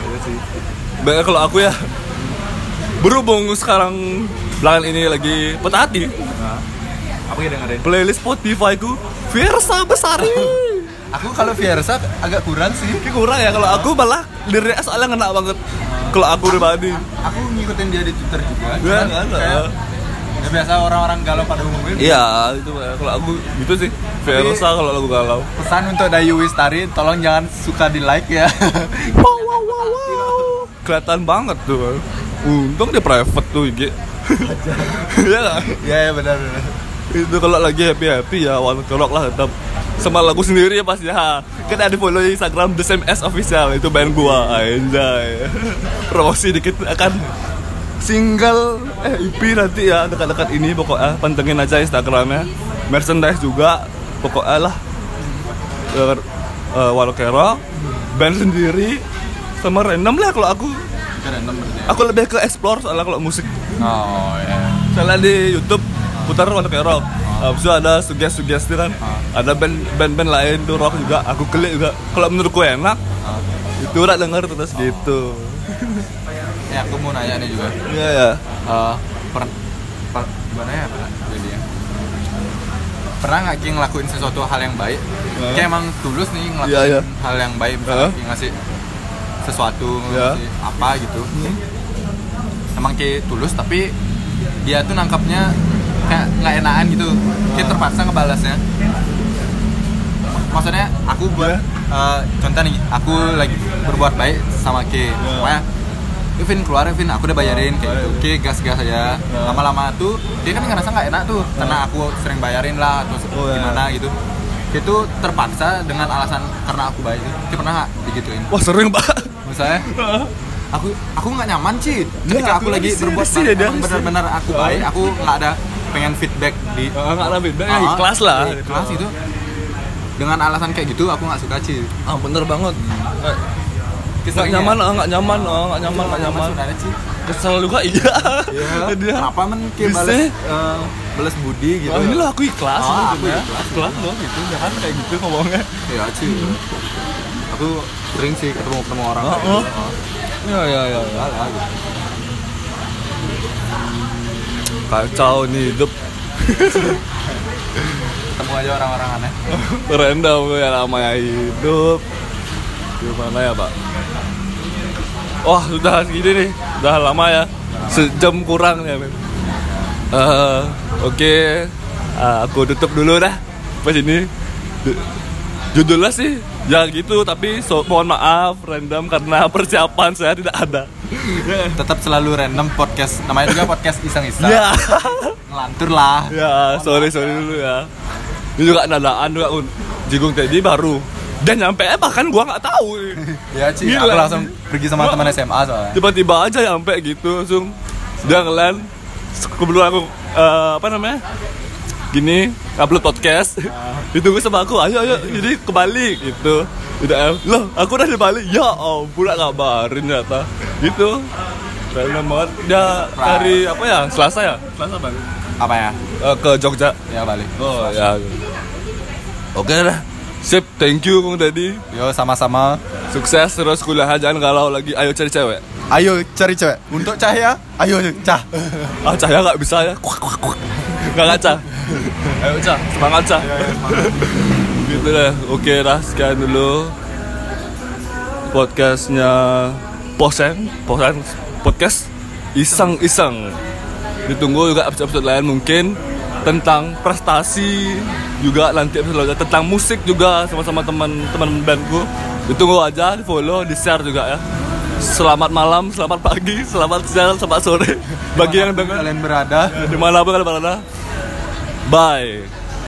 Baik kalau aku ya, berhubung sekarang belakangan ini lagi patah hati. Nah, apa yang dengerin? Playlist Spotify ku Fiersa Besari. Aku kalau Fiersa agak kurang sih. Kurang ya, kalau aku malah liriknya soalnya ngena banget. Kalau aku pribadi. Aku ngikutin dia di Twitter juga. Ya, kayak ya biasa orang-orang galau pada umumnya. Iya, itu kalau aku gitu sih. Fiersa kalau lagu galau. Pesan untuk Dayu Wistari, tolong jangan suka di like ya. Wow wow wow wow. Kelihatan banget tuh. Untung dia private tuh I G. Iya enggak? Iya ya benar benar. Itu kalau lagi happy-happy ya Wanna Rock lah tetap. Sama lagu sendiri ya pasti ya. Kan ada follow Instagram The Same As Official, itu band gua. Anjay. Promosi dikit akan single eh E P nanti ya dekat-dekat ini pokoknya pantengin aja Instagramnya. Merchandise juga pokoknya lah. Uh, uh, Wanna Rock, band sendiri sama random lah kalau aku. Random berarti. Aku lebih ke explore soalnya kalau musik. Oh ya. Soalnya di YouTube putar warna kayak rock. Habis itu ada sugesti-sugesti kan. Ah. Ada band band-band lain tuh rock juga. Aku klik juga. Kalau menurutku enak. Ah. Itu udah denger terus oh. gitu. Ya aku mau nanya nih juga. Iya ya. Uh, per, per, gimana ya jadi ya? Pernah nggak Ki ngelakuin sesuatu hal yang baik? Uh. Kayak emang tulus nih ngelakuin yeah, yeah. hal yang baik, misalnya uh. Ki ngasih sesuatu, yeah. ngasih apa gitu. Hmm. Emang kayak tulus tapi dia tuh nangkapnya kayak nggak enakan gitu. Kayak terpaksa ngebalasnya. Maksudnya aku buat yeah. uh, contoh nih, aku lagi berbuat baik sama Ki. Yeah. Ya Vin keluar ya Vin, aku udah bayarin kayak gitu. Oke, gas-gas aja. Lama-lama tuh dia kan ngerasa nggak enak tuh karena aku sering bayarin lah atau oh, gimana gitu. Itu terpaksa dengan alasan karena aku baik. Dia pernah nggak digituin? Wah sering banget. Misalnya, aku aku nggak nyaman sih. Ketika aku, aku lagi berbuat baik, benar-benar aku baik, aku nggak ada pengen feedback di. Nggak ada feedback, ya ikhlas lah. Ikhlas itu. Dengan alasan kayak gitu, aku nggak suka sih. Ah bener banget. Nggak nyaman, oh, nggak nyaman, oh, nggak nyaman, nggak nyaman. Kesel juga iya. Iya. Dia. Kenapa men kayak balas uh, balas budi gitu? Oh, inilah aku ikhlas, oh, aku ya. ikhlas, ikhlas loh gitu, jangan kayak gitu ngomongnya. Iya sih. Aku sering sih ketemu ketemu orang. Oh, oh. Iya iya iya. Kacau nih hidup. Ketemu aja orang-orang aneh. Random ya namanya hidup. Gimana ya Pak? Wah sudah segini nih, udah lama ya, sejam kurang ya men. Uh, Oke, okay. uh, aku tutup dulu dah. Pas ini judulnya sih ya gitu, tapi so, mohon maaf random karena persiapan saya tidak ada. Tetap selalu random podcast, namanya juga podcast iseng-iseng. Ya. Ngelantur lah. Ya, sorry sorry dulu ya. Ini juga nadaan juga Jigung tadi baru. Dan nyampe eh bahkan gua nggak tahu. Ya Ci, aku langsung pergi sama teman S M A soalnya. Tiba-tiba aja nyampe gitu langsung. Dia ngelen. Kebetulan aku uh, apa namanya? Gini, upload podcast. Uh. Ditunggu sama aku. Ayo ayo jadi kebalik gitu. Tidak loh, aku udah di Bali. Ya ampun, enggak ngabarin ternyata. Gitu. Random banget. Dia dari apa ya? Selasa ya? Selasa Bang. Apa ya? Uh, ke Jogja. Ya Bali. Oh ya. Oke dah. Sip, thank you Kung tadi. Yo sama-sama. Sukses terus kuliah, jangan galau lagi. Ayo cari cewek. Ayo cari cewek. Untuk Cahya, ayo Cah. Ah Cahya nggak bisa ya. Nggak ngaca. Ayo Cah, semangat Cah. Gitu deh. Oke dah, sekian dulu podcastnya Posen, Posen podcast iseng-iseng. Ditunggu juga episode-episode lain mungkin tentang prestasi juga, nanti episode tentang musik juga sama-sama teman-teman bandku. Ditunggu aja, di follow, di share juga ya. Selamat malam, selamat pagi, selamat siang, selamat sore bagi yang dengar kalian berada dimanapun kalian berada. Bye.